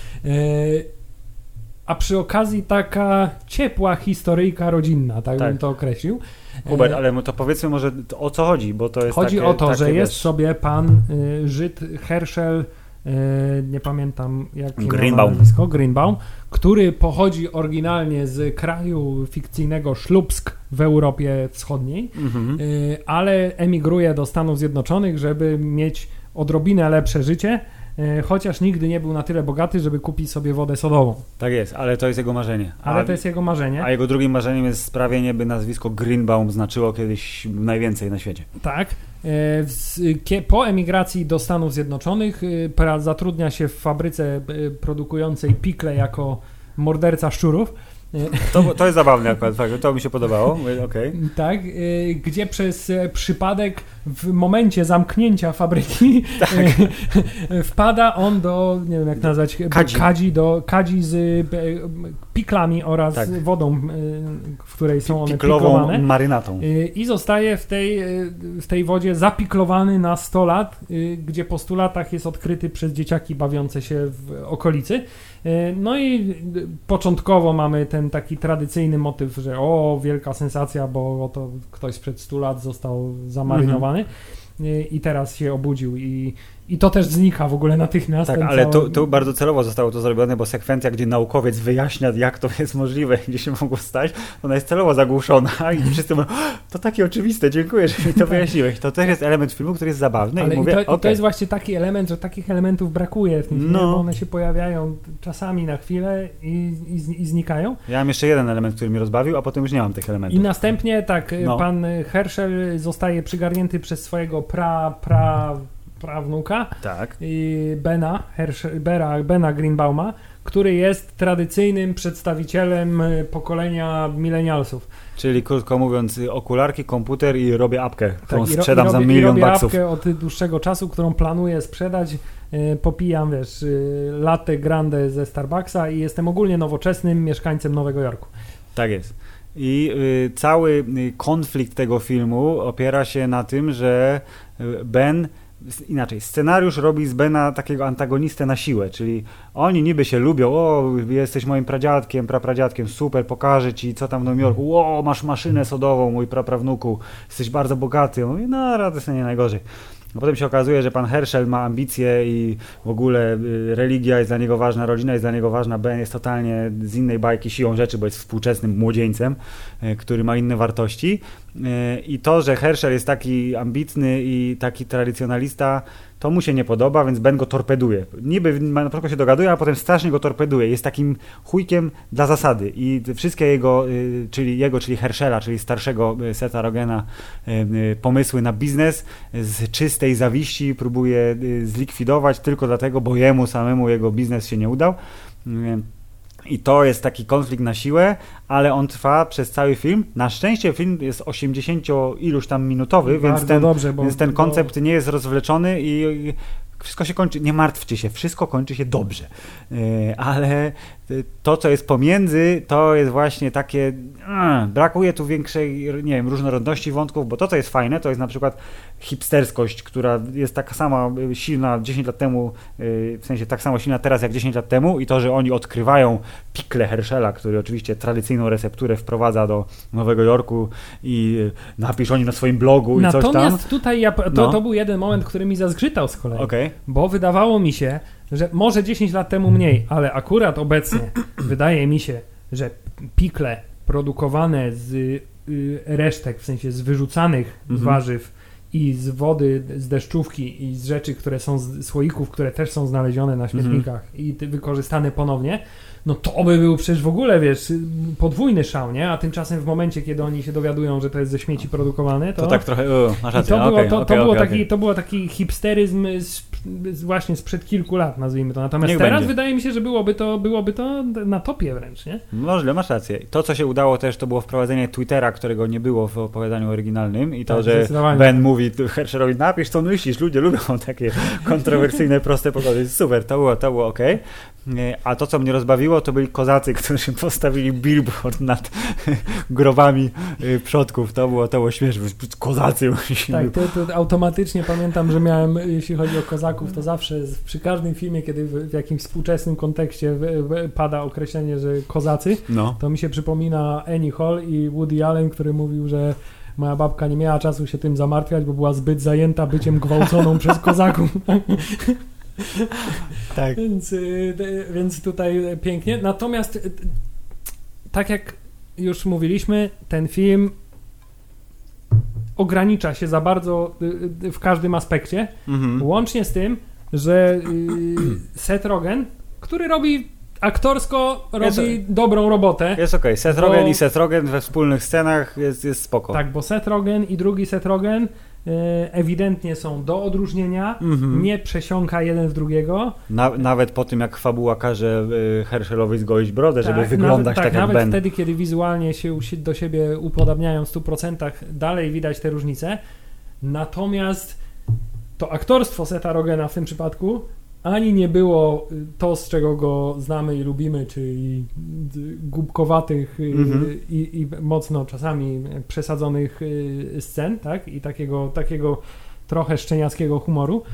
a przy okazji taka ciepła historyjka rodzinna, tak bym to określił. Hubert, ale to powiedzmy może o co chodzi, bo to jest chodzi o to, że jest sobie pan Żyd Herschel, nie pamiętam jakie nazwisko, Greenbaum, który pochodzi oryginalnie z kraju fikcyjnego Szlupsk w Europie Wschodniej, ale emigruje do Stanów Zjednoczonych, żeby mieć odrobinę lepsze życie, chociaż nigdy nie był na tyle bogaty, żeby kupić sobie wodę sodową. Tak jest, ale to jest jego marzenie. To jest jego marzenie. A jego drugim marzeniem jest sprawienie, by nazwisko Greenbaum znaczyło kiedyś najwięcej na świecie. Tak. Po emigracji do Stanów Zjednoczonych zatrudnia się w fabryce produkującej pikle jako morderca szczurów. To jest zabawne akurat, to mi się podobało. Okay. Tak, gdzie przez przypadek w momencie zamknięcia fabryki wpada on do, nie wiem jak nazwać, kadzi z piklami oraz wodą, w której są one piklowane. Marynatą. I zostaje w tej wodzie zapiklowany na 100 lat, gdzie po 100 latach jest odkryty przez dzieciaki bawiące się w okolicy. No i początkowo mamy ten taki tradycyjny motyw, że wielka sensacja, bo oto ktoś sprzed 100 lat został zamarynowany i teraz się obudził i to też znika w ogóle natychmiast. Tak, ale to bardzo celowo zostało to zrobione, bo sekwencja, gdzie naukowiec wyjaśnia, jak to jest możliwe, gdzie się mogło stać, ona jest celowo zagłuszona i wszyscy mówią, to takie oczywiste, dziękuję, że mi to wyjaśnić. To też jest element filmu, który jest zabawny. Ale i mówię, to jest właśnie taki element, że takich elementów brakuje w tym filmie, bo one się pojawiają czasami na chwilę i znikają. Ja mam jeszcze jeden element, który mnie rozbawił, a potem już nie mam tych elementów. I następnie pan Herschel zostaje przygarnięty przez swojego prawnuka, Bena Greenbauma, który jest tradycyjnym przedstawicielem pokolenia milenialsów. Czyli krótko mówiąc, okularki, komputer i robię apkę, którą sprzedam za $1 milion. Robię apkę od dłuższego czasu, którą planuję sprzedać. Popijam, latte grande ze Starbucksa i jestem ogólnie nowoczesnym mieszkańcem Nowego Jorku. Tak jest. I cały konflikt tego filmu opiera się na tym, że scenariusz robi z Bena takiego antagonistę na siłę, czyli oni niby się lubią, jesteś moim pradziadkiem, prapradziadkiem, super, pokażę ci, co tam w Nowym Jorku, masz maszynę sodową, mój praprawnuku, jesteś bardzo bogaty. On mówi, rady sobie nie najgorzej. A potem się okazuje, że pan Herschel ma ambicje i w ogóle religia jest dla niego ważna, rodzina jest dla niego ważna, Ben jest totalnie z innej bajki siłą rzeczy, bo jest współczesnym młodzieńcem, który ma inne wartości. I to, że Herschel jest taki ambitny i taki tradycjonalista, to mu się nie podoba, więc Ben go torpeduje. Niby na początku się dogaduje, a potem strasznie go torpeduje. Jest takim chujkiem dla zasady i wszystkie jego, czyli Herschela, czyli starszego Setha Rogena, pomysły na biznes z czystej zawiści próbuje zlikwidować tylko dlatego, bo jemu samemu jego biznes się nie udał. I to jest taki konflikt na siłę, ale on trwa przez cały film. Na szczęście film jest 80 iluś tam minutowy, więc ten koncept nie jest rozwleczony i wszystko się kończy, nie martwcie się, wszystko kończy się dobrze. Ale to, co jest pomiędzy, to jest właśnie takie, brakuje tu większej, nie wiem, różnorodności wątków, bo to, co jest fajne, to jest na przykład hipsterskość, która jest taka sama silna 10 lat temu, w sensie tak samo silna teraz jak 10 lat temu i to, że oni odkrywają pikle Herschela, który oczywiście tradycyjną recepturę wprowadza do Nowego Jorku i napisz oni na swoim blogu i coś tam. Natomiast tutaj to był jeden moment, który mi zazgrzytał z kolei, bo wydawało mi się, że może 10 lat temu mniej, ale akurat obecnie wydaje mi się, że pikle produkowane z resztek, w sensie z wyrzucanych warzyw i z wody, z deszczówki i z rzeczy, które są z słoików, które też są znalezione na śmietnikach i wykorzystane ponownie, no to by był przecież w ogóle, podwójny szał, nie? A tymczasem w momencie, kiedy oni się dowiadują, że to jest ze śmieci produkowane, to tak trochę, masz rację. To było taki hipsteryzm właśnie sprzed kilku lat, nazwijmy to. Natomiast teraz wydaje mi się, że byłoby to na topie wręcz, nie? Możliwe, masz rację. To, co się udało też, to było wprowadzenie Twittera, którego nie było w opowiadaniu oryginalnym i to, że Ben mówi Herschelowi, napisz co myślisz, ludzie lubią takie kontrowersyjne, proste poglądy. Super, to było okej. A to, co mnie rozbawiło, to byli kozacy, którzy postawili billboard nad grobami przodków. To było śmieszne. Kozacy. Tak, to automatycznie pamiętam, że miałem, jeśli chodzi o kozaków, to zawsze przy każdym filmie, kiedy w jakimś współczesnym kontekście pada określenie, że kozacy, to mi się przypomina Annie Hall i Woody Allen, który mówił, że moja babka nie miała czasu się tym zamartwiać, bo była zbyt zajęta byciem gwałconą przez kozaków. Tak. Więc tutaj pięknie. Natomiast tak jak już mówiliśmy, ten film ogranicza się za bardzo w każdym aspekcie, łącznie z tym, że Seth Rogen, który robi aktorsko, robi dobrą robotę. Jest okej. Seth Rogen i Seth Rogen we wspólnych scenach jest spoko. Tak, bo Seth Rogen i drugi Seth Rogen ewidentnie są do odróżnienia, nie przesiąka jeden w drugiego. Nawet po tym, jak fabuła każe Hershelowi zgolić brodę, żeby wyglądać tak jak nawet Ben. wtedy, kiedy wizualnie się do siebie upodabniają w 100%, dalej widać te różnice. Natomiast to aktorstwo Setha Rogena w tym przypadku ani nie było to, z czego go znamy i lubimy, czyli głupkowatych i mocno czasami przesadzonych scen, tak? I takiego trochę szczeniackiego humoru,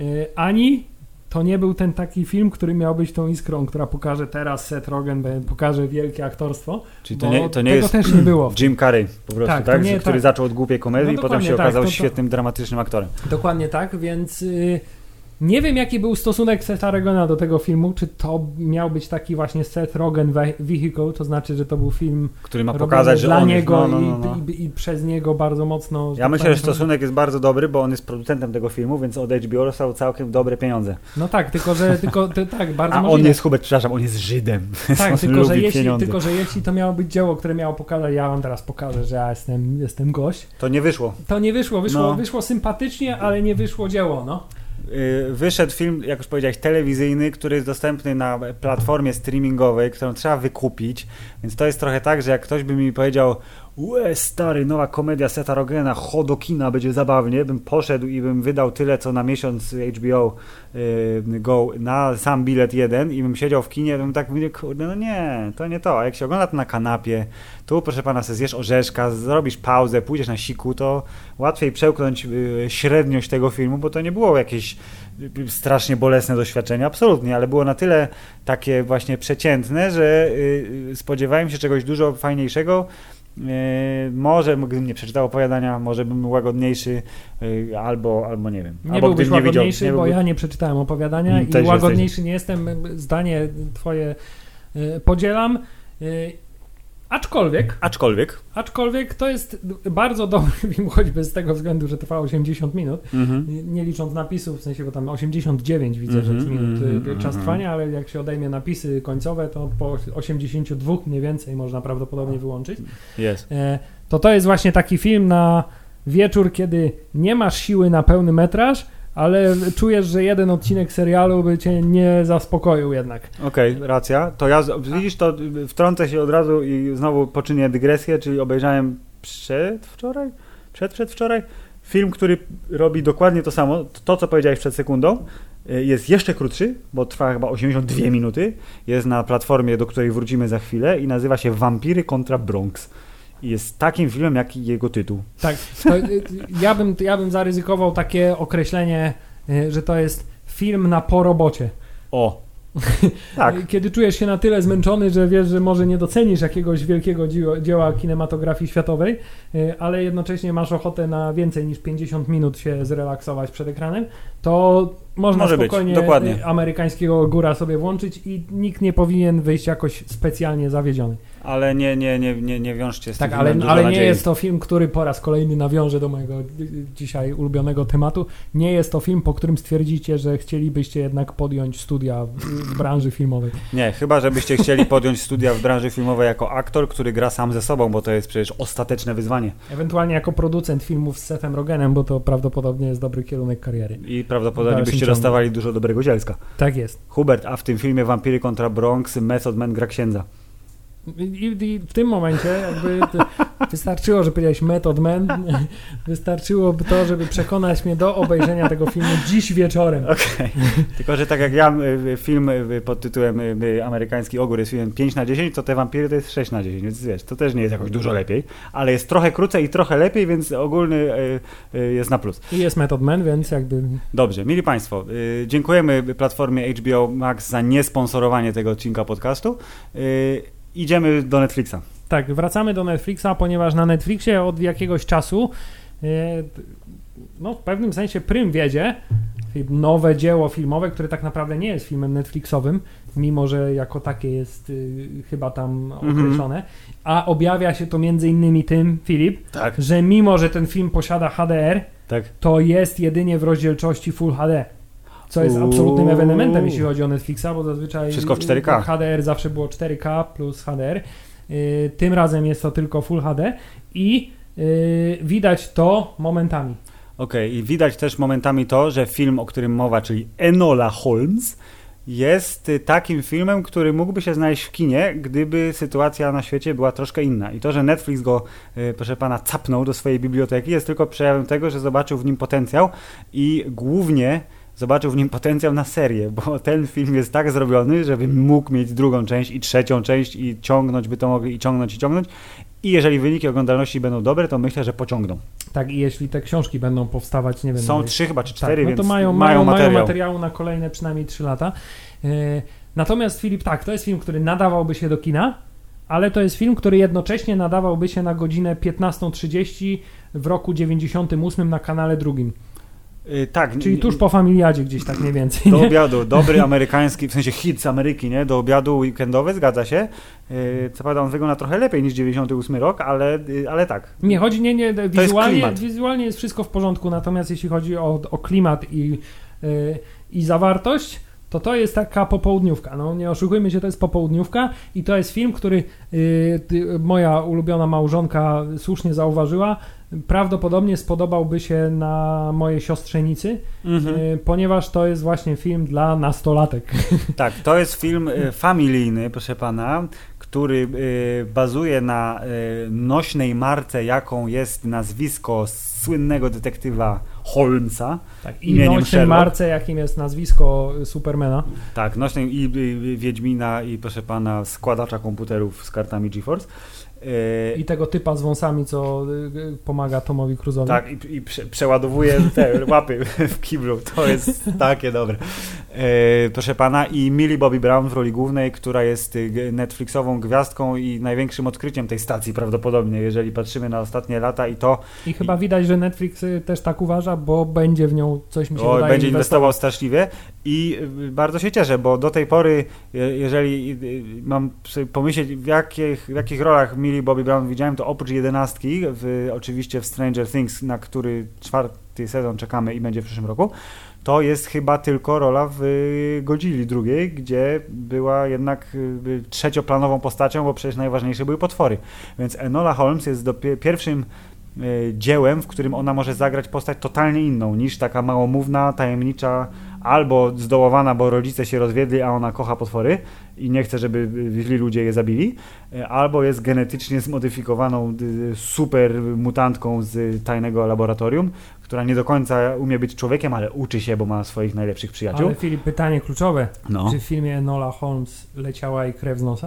ani to nie był ten taki film, który miał być tą iskrą, która pokaże teraz Seth Rogen, pokaże wielkie aktorstwo. Czyli to nie jest też nie było. Jim Carrey po prostu, tak? Który zaczął od głupiej komedii i potem się okazał świetnym, dramatycznym aktorem. Dokładnie tak, więc nie wiem, jaki był stosunek Setha Rogena do tego filmu, czy to miał być taki właśnie Seth Rogen vehicle, to znaczy, że to był film, który ma pokazać, że dla on niego i przez niego bardzo mocno. Ja myślę, że stosunek jest bardzo dobry, bo on jest producentem tego filmu, więc od HBO dostał całkiem dobre pieniądze. No tak, tak, bardzo a możliwe. on jest, Hubert, przepraszam, on jest Żydem. Tak, tylko że jeśli to miało być dzieło, które miało pokazać, ja wam teraz pokażę, że ja jestem gość. To nie wyszło. Wyszło sympatycznie, ale nie wyszło dzieło, no. Wyszedł film, jak już powiedziałeś, telewizyjny, który jest dostępny na platformie streamingowej, którą trzeba wykupić, więc to jest trochę tak, że jak ktoś by mi powiedział: stary, nowa komedia Setha Rogena, do kina, będzie zabawnie, bym poszedł i bym wydał tyle, co na miesiąc HBO Go na sam bilet jeden i bym siedział w kinie, bym tak mówił: kurde, no nie, to nie to. A jak się ogląda to na kanapie, tu proszę pana se zjesz orzeszka, zrobisz pauzę, pójdziesz na siku, to łatwiej przełknąć średniość tego filmu, bo to nie było jakieś strasznie bolesne doświadczenie, absolutnie, ale było na tyle takie właśnie przeciętne, że spodziewałem się czegoś dużo fajniejszego. Może gdybym nie przeczytał opowiadania, może bym był łagodniejszy, albo nie wiem. Nie byłbyś łagodniejszy, bo ja nie przeczytałem opowiadania i łagodniejszy nie jestem. Zdanie twoje podzielam. Aczkolwiek to jest bardzo dobry film, choćby z tego względu, że trwa 80 minut, nie licząc napisów, w sensie, bo tam 89 widzę, że jest minut czas trwania, ale jak się odejmie napisy końcowe, to po 82 mniej więcej można prawdopodobnie wyłączyć. Jest. To jest właśnie taki film na wieczór, kiedy nie masz siły na pełny metraż, ale czujesz, że jeden odcinek serialu by cię nie zaspokoił jednak. Okej, racja. To ja, widzisz, to wtrącę się od razu i znowu poczynię dygresję, czyli obejrzałem przedwczoraj film, który robi dokładnie to samo, to co powiedziałeś przed sekundą. Jest jeszcze krótszy, bo trwa chyba 82 minuty. Jest na platformie, do której wrócimy za chwilę i nazywa się Wampiry kontra Bronx. I jest takim filmem, jak i jego tytuł. Tak, ja bym zaryzykował takie określenie, że to jest film na po robocie. Tak. Kiedy czujesz się na tyle zmęczony, że wiesz, że może nie docenisz jakiegoś wielkiego dzieła kinematografii światowej, ale jednocześnie masz ochotę na więcej niż 50 minut się zrelaksować przed ekranem, to można spokojnie amerykańskiego góra sobie włączyć i nikt nie powinien wyjść jakoś specjalnie zawiedziony. Ale nie wiążcie z tym. Tak, ale nie jest to film, który po raz kolejny nawiąże do mojego dzisiaj ulubionego tematu. Nie jest to film, po którym stwierdzicie, że chcielibyście jednak podjąć studia w branży filmowej. Nie, chyba żebyście chcieli podjąć studia w branży filmowej jako aktor, który gra sam ze sobą, bo to jest przecież ostateczne wyzwanie. Ewentualnie jako producent filmów z Sethem Rogenem, bo to prawdopodobnie jest dobry kierunek kariery. I prawdopodobnie byście dostawali dużo dobrego zielska. Tak jest. Hubert, a w tym filmie Wampiry kontra Bronx Method Man gra księdza. I w tym momencie jakby wystarczyło, że powiedziałeś Method Man, wystarczyłoby to, żeby przekonać mnie do obejrzenia tego filmu dziś wieczorem. Okej. Tylko, że tak jak ja film pod tytułem Amerykański Ogór jest filmem 5/10, to te Wampiry to jest 6/10, więc wiesz, to też nie jest jakoś dużo lepiej, ale jest trochę krócej i trochę lepiej, więc ogólny jest na plus. I jest Method Man, więc jakby... Dobrze, mili Państwo, dziękujemy platformie HBO Max za niesponsorowanie tego odcinka podcastu. Idziemy do Netflixa. Tak, wracamy do Netflixa, ponieważ na Netflixie od jakiegoś czasu w pewnym sensie prym wiedzie nowe dzieło filmowe, które tak naprawdę nie jest filmem Netflixowym, mimo że jako takie jest chyba tam określone, a objawia się to między innymi tym, Filip, Tak. że mimo, że ten film posiada HDR, Tak. to jest jedynie w rozdzielczości Full HD. Co jest absolutnym ewenementem, jeśli chodzi o Netflixa, bo zazwyczaj wszystko w 4K. HDR zawsze było 4K plus HDR. Tym razem jest to tylko Full HD i widać to momentami. Okej, i widać też momentami to, że film, o którym mowa, czyli Enola Holmes, jest takim filmem, który mógłby się znaleźć w kinie, gdyby sytuacja na świecie była troszkę inna. I to, że Netflix go, proszę pana, capnął do swojej biblioteki, jest tylko przejawem tego, że zobaczył w nim potencjał i głównie zobaczył w nim potencjał na serię, bo ten film jest tak zrobiony, żeby mógł mieć drugą część i trzecią część i ciągnąć by to mogli i ciągnąć. I jeżeli wyniki oglądalności będą dobre, to myślę, że pociągną. Tak, i jeśli te książki będą powstawać, nie wiem... Są 3 chyba, czy 4, tak, więc no to mają materiału na kolejne przynajmniej 3 lata. Natomiast Filip, tak, to jest film, który nadawałby się do kina, ale to jest film, który jednocześnie nadawałby się na godzinę 15:30 w roku 98 na kanale drugim. Tak. Czyli tuż po Familiadzie gdzieś tak mniej więcej. Do obiadu, dobry amerykański, w sensie hit z Ameryki, nie? Do obiadu weekendowy, zgadza się. Co prawda on wygląda trochę lepiej niż 98 rok, ale tak. Nie, chodzi, wizualnie jest wszystko w porządku, natomiast jeśli chodzi o klimat i zawartość, to jest taka popołudniówka. No nie oszukujmy się, to jest popołudniówka i to jest film, który moja ulubiona małżonka słusznie zauważyła, prawdopodobnie spodobałby się na mojej siostrzenicy, ponieważ to jest właśnie film dla nastolatek. Tak, to jest film familijny, proszę pana, który bazuje na nośnej marce, jaką jest nazwisko słynnego detektywa Holmesa. Tak, i nośnej marce, jakim jest nazwisko Supermana. Tak, nośnej i Wiedźmina i proszę pana składacza komputerów z kartami GeForce. I tego typa z wąsami, co pomaga Tomowi Cruise'owi. Tak, i przeładowuje te łapy w kiblu. To jest takie dobre. Proszę pana, i Millie Bobby Brown w roli głównej, która jest Netflixową gwiazdką i największym odkryciem tej stacji prawdopodobnie, jeżeli patrzymy na ostatnie lata I chyba widać, że Netflix też tak uważa, bo będzie w nią coś mi się wydaje będzie inwestował straszliwie i bardzo się cieszę, bo do tej pory, jeżeli mam sobie pomyśleć, w jakich rolach Millie Bobby Brown widziałem, to oprócz 11, oczywiście w Stranger Things, na który 4. sezon czekamy i będzie w przyszłym roku, to jest chyba tylko rola w Godzilli drugiej, gdzie była jednak trzecioplanową postacią, bo przecież najważniejsze były potwory. Więc Enola Holmes jest pierwszym dziełem, w którym ona może zagrać postać totalnie inną niż taka małomówna, tajemnicza, albo zdołowana, bo rodzice się rozwiedli, a ona kocha potwory i nie chce, żeby źli ludzie je zabili, albo jest genetycznie zmodyfikowaną super mutantką z tajnego laboratorium, która nie do końca umie być człowiekiem, ale uczy się, bo ma swoich najlepszych przyjaciół. Ale Filip, pytanie kluczowe. No. Czy w filmie Enola Holmes leciała jej krew z nosa?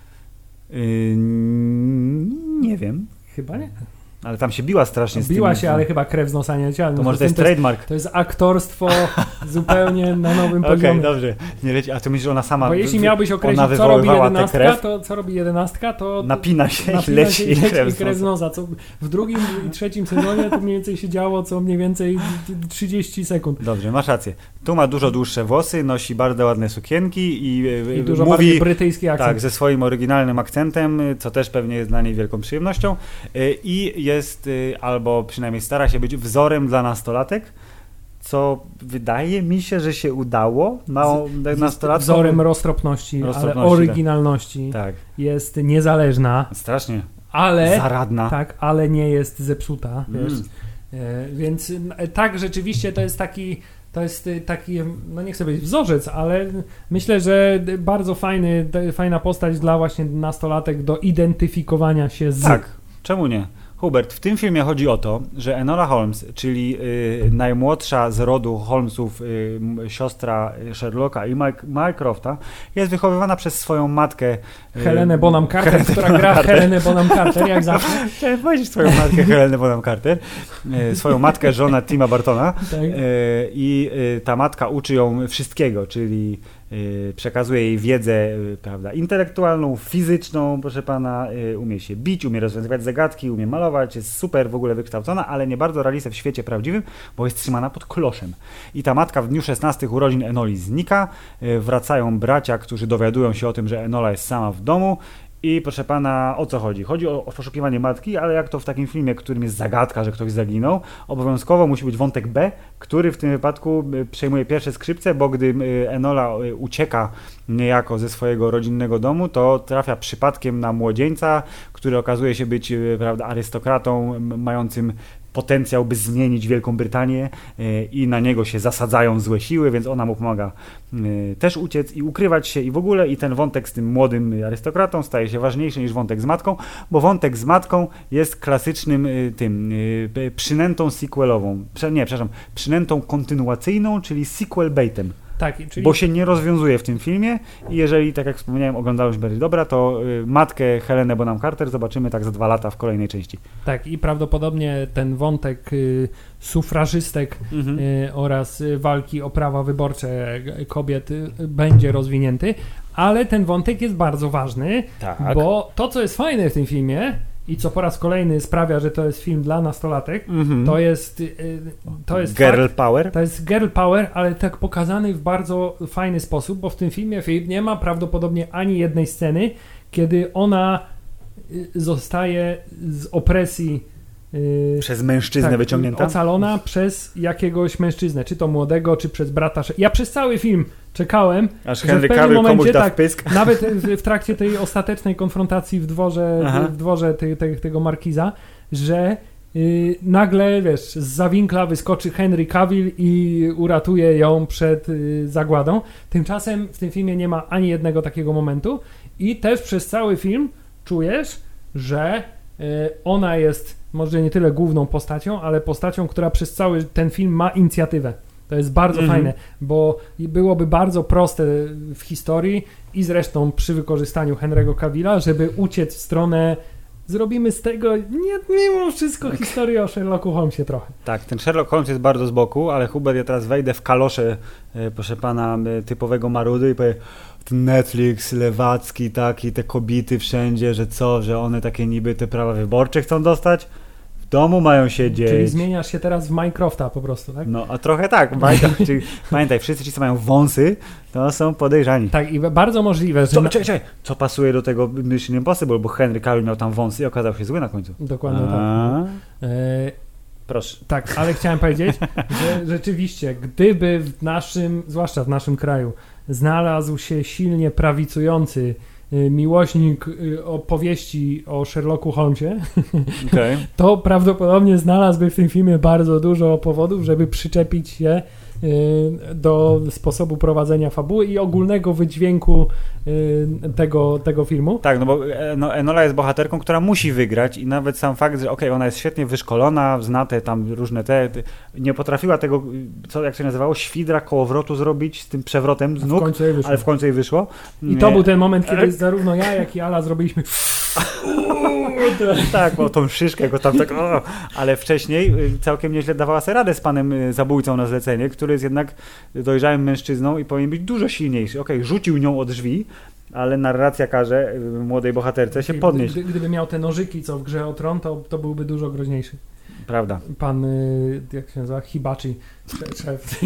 Nie wiem. Chyba nie. Ale tam się biła strasznie z tym. Biła się, ale chyba krew z nosa nie leciała. To może to jest trademark. To jest aktorstwo zupełnie na nowym poziomie. Okej, dobrze. Nie leci, a ty myślisz, że ona sama... Bo jeśli miałbyś określić, co robi 11, to napina się i leci krew z nosa. Co w 2. i 3. sezonie to mniej więcej się działo co mniej więcej 30 sekund. Dobrze, masz rację. Tu ma dużo dłuższe włosy, nosi bardzo ładne sukienki i dużo mówi, bardziej brytyjski akcent. Tak, ze swoim oryginalnym akcentem, co też pewnie jest dla niej wielką przyjemnością. I jest, albo przynajmniej stara się być wzorem dla nastolatek, co wydaje mi się, że się udało. Nastolatkom wzorem roztropności, ale oryginalności. Tak. Jest niezależna. Strasznie. Ale zaradna. Tak, ale nie jest zepsuta, wiesz. Więc tak, rzeczywiście to jest taki, no nie chcę powiedzieć wzorzec, ale myślę, że bardzo fajna postać dla właśnie nastolatek do identyfikowania się z. Tak, czemu nie? Hubert, w tym filmie chodzi o to, że Enola Holmes, czyli najmłodsza z rodu Holmesów siostra Sherlocka i Mycrofta, jest wychowywana przez swoją matkę Helenę Bonham Carter, która gra Helenę Bonham Carter, jak zawsze. Chciałem powiedzieć swoją matkę Helenę Bonham Carter, swoją matkę żonę Tima Burtona. Tak. I ta matka uczy ją wszystkiego, czyli przekazuje jej wiedzę, prawda, intelektualną, fizyczną, proszę pana, umie się bić, umie rozwiązywać zagadki, umie malować, jest super w ogóle wykształcona, ale nie bardzo radzi sobie w świecie prawdziwym, bo jest trzymana pod kloszem. I ta matka w dniu 16 urodzin Enoli znika, wracają bracia, którzy dowiadują się o tym, że Enola jest sama w domu. I proszę pana, o co chodzi? Chodzi o poszukiwanie matki, ale jak to w takim filmie, którym jest zagadka, że ktoś zaginął, obowiązkowo musi być wątek B, który w tym wypadku przejmuje pierwsze skrzypce, bo gdy Enola ucieka niejako ze swojego rodzinnego domu, to trafia przypadkiem na młodzieńca, który okazuje się być, prawda, arystokratą mającym potencjał, by zmienić Wielką Brytanię i na niego się zasadzają złe siły, więc ona mu pomaga też uciec i ukrywać się i w ogóle i ten wątek z tym młodym arystokratą staje się ważniejszy niż wątek z matką, bo wątek z matką jest klasycznym przynętą sequelową, przynętą kontynuacyjną, czyli sequel baitem. Tak, czyli... Bo się nie rozwiązuje w tym filmie i jeżeli, tak jak wspomniałem, oglądałeś Barry Dobra, to matkę Helenę Bonham Carter zobaczymy tak za 2 lata w kolejnej części. Tak, i prawdopodobnie ten wątek sufrażystek oraz walki o prawa wyborcze kobiet będzie rozwinięty, ale ten wątek jest bardzo ważny, tak. Bo to, co jest fajne w tym filmie i co po raz kolejny sprawia, że to jest film dla nastolatek, to jest girl power. To jest girl power, ale tak pokazany w bardzo fajny sposób, bo w tym filmie nie ma prawdopodobnie ani jednej sceny, kiedy ona zostaje z opresji przez mężczyznę wyciągnięta? Ocalona przez jakiegoś mężczyznę, czy to młodego, czy przez brata. Ja przez cały film czekałem, aż Henry Cavill komuś da w pysk. Nawet w trakcie tej ostatecznej konfrontacji w dworze tego markiza, że nagle, wiesz, z zawinkla wyskoczy Henry Cavill i uratuje ją przed zagładą. Tymczasem w tym filmie nie ma ani jednego takiego momentu i też przez cały film czujesz, że ona jest może nie tyle główną postacią, ale postacią, która przez cały ten film ma inicjatywę. To jest bardzo fajne, bo byłoby bardzo proste w historii i zresztą przy wykorzystaniu Henry'ego Cavilla, żeby uciec w stronę zrobimy z tego mimo wszystko historię o Sherlocku Holmesie trochę. Tak, ten Sherlock Holmes jest bardzo z boku, ale Hubert, ja teraz wejdę w kalosze, proszę pana, typowego marudy i powiem, Netflix, lewacki taki, te kobiety wszędzie, że one takie niby te prawa wyborcze chcą dostać? W domu mają siedzieć. Czyli zmieniasz się teraz w Minecrafta po prostu, tak? No, a trochę tak. Czyli, pamiętaj, wszyscy ci, co mają wąsy, to są podejrzani. Tak, i bardzo możliwe, że... Czekaj, co pasuje do tego Mission Impossible, bo Henry Cavill miał tam wąsy i okazał się zły na końcu. Dokładnie tak. Proszę. Tak, ale chciałem powiedzieć, że rzeczywiście, gdyby zwłaszcza w naszym kraju, znalazł się silnie prawicujący miłośnik opowieści o Sherlocku Holmesie, to prawdopodobnie znalazłby w tym filmie bardzo dużo powodów, żeby przyczepić się do sposobu prowadzenia fabuły i ogólnego wydźwięku tego filmu. Tak, no bo Enola jest bohaterką, która musi wygrać i nawet sam fakt, że ona jest świetnie wyszkolona, zna te tam różne nie potrafiła tego, jak się nazywało, świdra kołowrotu zrobić z tym przewrotem z nóg, ale w końcu jej wyszło. I to był ten moment, kiedy zarówno ja, jak i Ala zrobiliśmy tak, bo tą szyszkę go tam tak, ale wcześniej całkiem nieźle dawała sobie radę z panem zabójcą na zlecenie, który jest jednak dojrzałym mężczyzną i powinien być dużo silniejszy. Rzucił nią od drzwi, ale narracja każe młodej bohaterce się podnieść. Gdyby miał te nożyki, co w Grze o Tron, to byłby dużo groźniejszy. Prawda. Pan, jak się nazywa? Hibachi. Szef.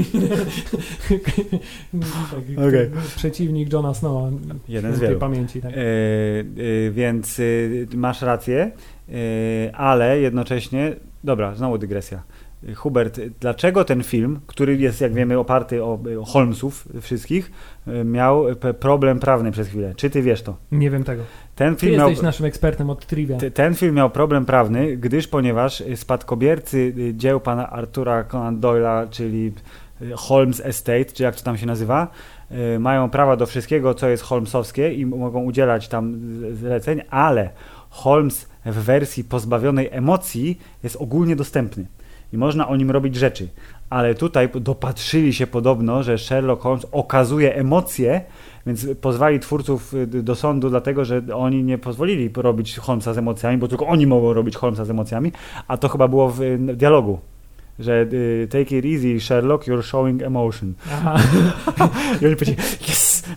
Przeciwnik Johna Snowa. Jeden z wielu. Pamięci. Tak. Więc masz rację, ale jednocześnie... Dobra, znowu dygresja. Hubert, dlaczego ten film, który jest, jak wiemy, oparty o Holmesów wszystkich, miał problem prawny przez chwilę? Czy ty wiesz to? Nie wiem tego. Ty jesteś naszym ekspertem od trivia. Ten film miał problem prawny, ponieważ spadkobiercy dzieł pana Artura Conan Doyle'a, czyli Holmes Estate, czy jak to tam się nazywa, mają prawa do wszystkiego, co jest holmesowskie i mogą udzielać tam zleceń, ale Holmes w wersji pozbawionej emocji jest ogólnie dostępny. I można o nim robić rzeczy. Ale tutaj dopatrzyli się podobno, że Sherlock Holmes okazuje emocje, więc pozwali twórców do sądu, dlatego że oni nie pozwolili robić Holmesa z emocjami, bo tylko oni mogą robić Holmesa z emocjami, a to chyba było w dialogu, że take it easy, Sherlock, you're showing emotion. Aha. I oni powiedzieli, yes!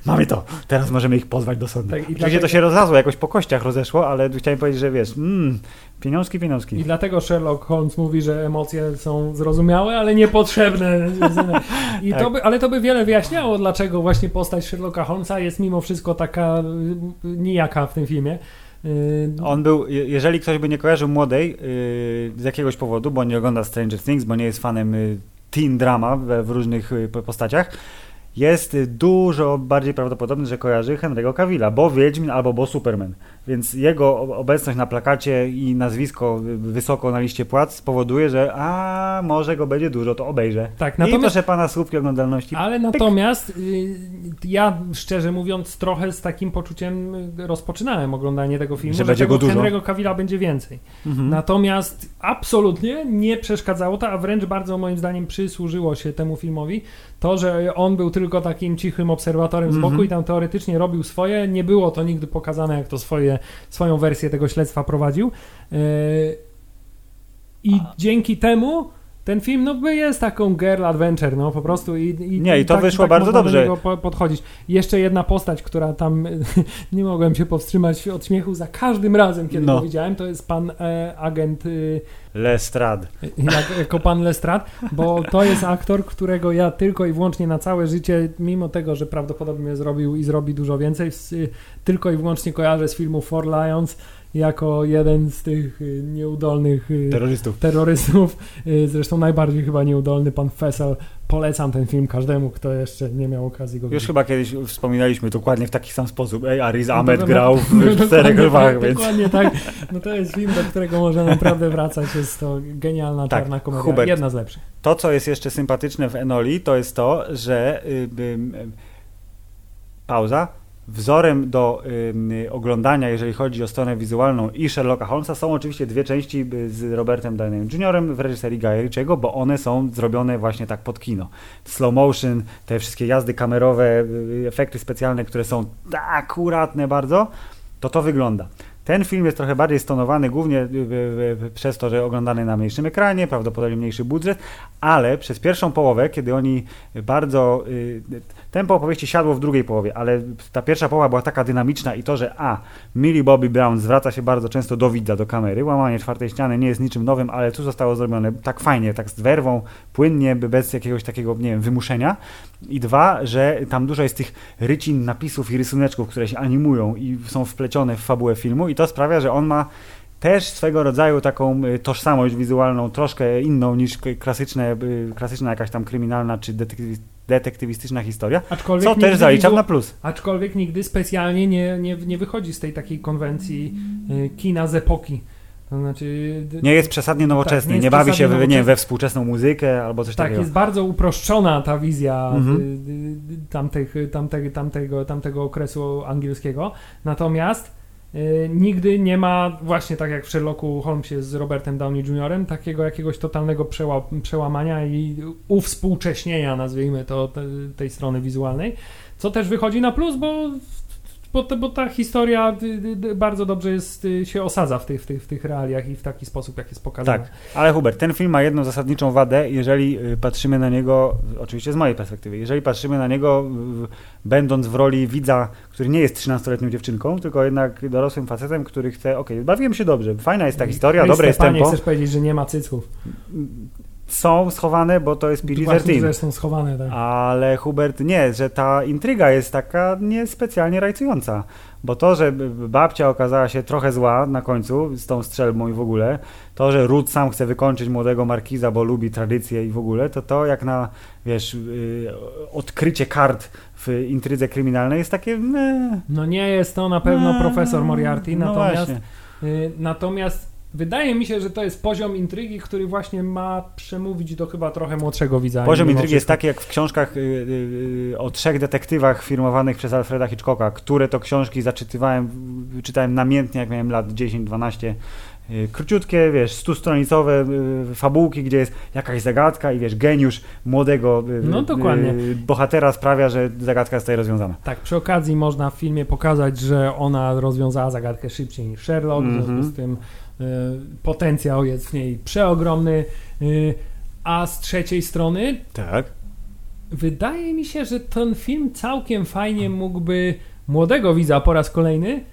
mamy to, teraz możemy ich pozwać do sądu. Tak, oczywiście to się rozlazło, jakoś po kościach rozeszło, ale chciałem powiedzieć, że wiesz, pieniążki. I dlatego Sherlock Holmes mówi, że emocje są zrozumiałe, ale niepotrzebne. Ale to by wiele wyjaśniało, dlaczego właśnie postać Sherlocka Holmesa jest mimo wszystko taka nijaka w tym filmie. On był, jeżeli ktoś by nie kojarzył Młodej z jakiegoś powodu, bo nie ogląda Stranger Things, bo nie jest fanem teen drama w różnych postaciach, jest dużo bardziej prawdopodobne, że kojarzy Henry'ego Cavilla, bo Wiedźmin albo bo Superman. Więc jego obecność na plakacie i nazwisko wysoko na liście płac spowoduje, że może go będzie dużo, to obejrzę. Tak, i proszę pana, słupki oglądalności. Ale natomiast ja, szczerze mówiąc, trochę z takim poczuciem rozpoczynałem oglądanie tego filmu, że będzie tego go dużo. Henry'ego Cavilla będzie więcej. Natomiast absolutnie nie przeszkadzało to, a wręcz bardzo moim zdaniem przysłużyło się temu filmowi to, że on był tylko takim cichym obserwatorem z boku i tam teoretycznie robił swoje. Nie było to nigdy pokazane, jak to swoją wersję tego śledztwa prowadził. I dzięki temu ten film jest taką girl adventure, po prostu. I to wyszło bardzo dobrze. Do niego podchodzić. Jeszcze jedna postać, która tam nie mogłem się powstrzymać od śmiechu za każdym razem, kiedy go widziałem, to jest pan agent Lestrade. Jako pan Lestrade, bo to jest aktor, którego ja tylko i wyłącznie na całe życie, mimo tego, że prawdopodobnie zrobił i zrobi dużo więcej, tylko i wyłącznie kojarzę z filmu Four Lions jako jeden z tych nieudolnych terrorystów. Zresztą najbardziej chyba nieudolny pan Fessel. Polecam ten film każdemu, kto jeszcze nie miał okazji go widzieć. Już chyba kiedyś wspominaliśmy dokładnie w taki sam sposób. Ariz Ahmed grał w 4 lwach, więc... Dokładnie tak. To jest film, do którego można naprawdę wracać. Jest to genialna, czarna komedia. Hubert, jedna z lepszych. To, co jest jeszcze sympatyczne w Enoli, to jest to, że pauza. Wzorem do oglądania, jeżeli chodzi o stronę wizualną i Sherlocka Holmesa, są oczywiście dwie części z Robertem Downeyem Jr. w reżyserii Guya Ritchiego, bo one są zrobione właśnie tak pod kino. Slow motion, te wszystkie jazdy kamerowe, efekty specjalne, które są tak akuratne bardzo, to wygląda. Ten film jest trochę bardziej stonowany, głównie przez to, że oglądany na mniejszym ekranie, prawdopodobnie mniejszy budżet, ale przez pierwszą połowę, kiedy oni bardzo... Tempo opowieści siadło w drugiej połowie, ale ta pierwsza połowa była taka dynamiczna i to, że Millie Bobby Brown zwraca się bardzo często do widza, do kamery. Łamanie czwartej ściany nie jest niczym nowym, ale tu zostało zrobione tak fajnie, tak z werwą, płynnie, bez jakiegoś takiego, wymuszenia. I dwa, że tam dużo jest tych rycin, napisów i rysuneczków, które się animują i są wplecione w fabułę filmu i to sprawia, że on ma też swego rodzaju taką tożsamość wizualną, troszkę inną niż klasyczna jakaś tam kryminalna czy detektywistyczna historia, co też zaliczam na plus. Aczkolwiek nigdy specjalnie nie wychodzi z tej takiej konwencji kina z epoki. To znaczy, nie jest przesadnie nowoczesny, nie bawi się we współczesną muzykę albo coś takiego. Tak, jest bardzo uproszczona ta wizja tamtego okresu angielskiego. Natomiast nigdy nie ma, właśnie tak jak w Sherlocku Holmesie z Robertem Downey Jr., takiego jakiegoś totalnego przełamania i uwspółcześnienia, nazwijmy to, tej strony wizualnej, co też wychodzi na plus, bo ta historia bardzo dobrze się osadza w tych realiach i w taki sposób, jak jest pokazana. Tak, ale Hubert, ten film ma jedną zasadniczą wadę, jeżeli patrzymy na niego, oczywiście z mojej perspektywy, jeżeli patrzymy na niego będąc w roli widza, który nie jest 13-letnią dziewczynką, tylko jednak dorosłym facetem, który chce, bawiłem się dobrze, fajna jest ta historia, dobre jest tempo. Chcesz powiedzieć, że nie ma cycków? Są schowane, bo to jest PG-13. Że są schowane, tak. Ale Hubert, nie, że ta intryga jest taka niespecjalnie rajcująca. Bo to, że babcia okazała się trochę zła na końcu z tą strzelbą i w ogóle, to, że Ruth sam chce wykończyć młodego markiza, bo lubi tradycję i w ogóle, to jak na, odkrycie kart w intrydze kryminalnej jest takie... No nie jest to na pewno profesor Moriarty, natomiast wydaje mi się, że to jest poziom intrygi, który właśnie ma przemówić do chyba trochę młodszego widza. Poziom intrygi jest taki jak w książkach o 3 detektywach firmowanych przez Alfreda Hitchcocka, które to książki czytałem namiętnie, jak miałem lat 10-12. Króciutkie, 100-stronicowe fabułki, gdzie jest jakaś zagadka i geniusz młodego bohatera sprawia, że zagadka zostaje rozwiązana. Tak, przy okazji można w filmie pokazać, że ona rozwiązała zagadkę szybciej niż Sherlock, w związku z tym potencjał jest w niej przeogromny, a z trzeciej strony tak. Wydaje mi się, że ten film całkiem fajnie mógłby młodego widza po raz kolejny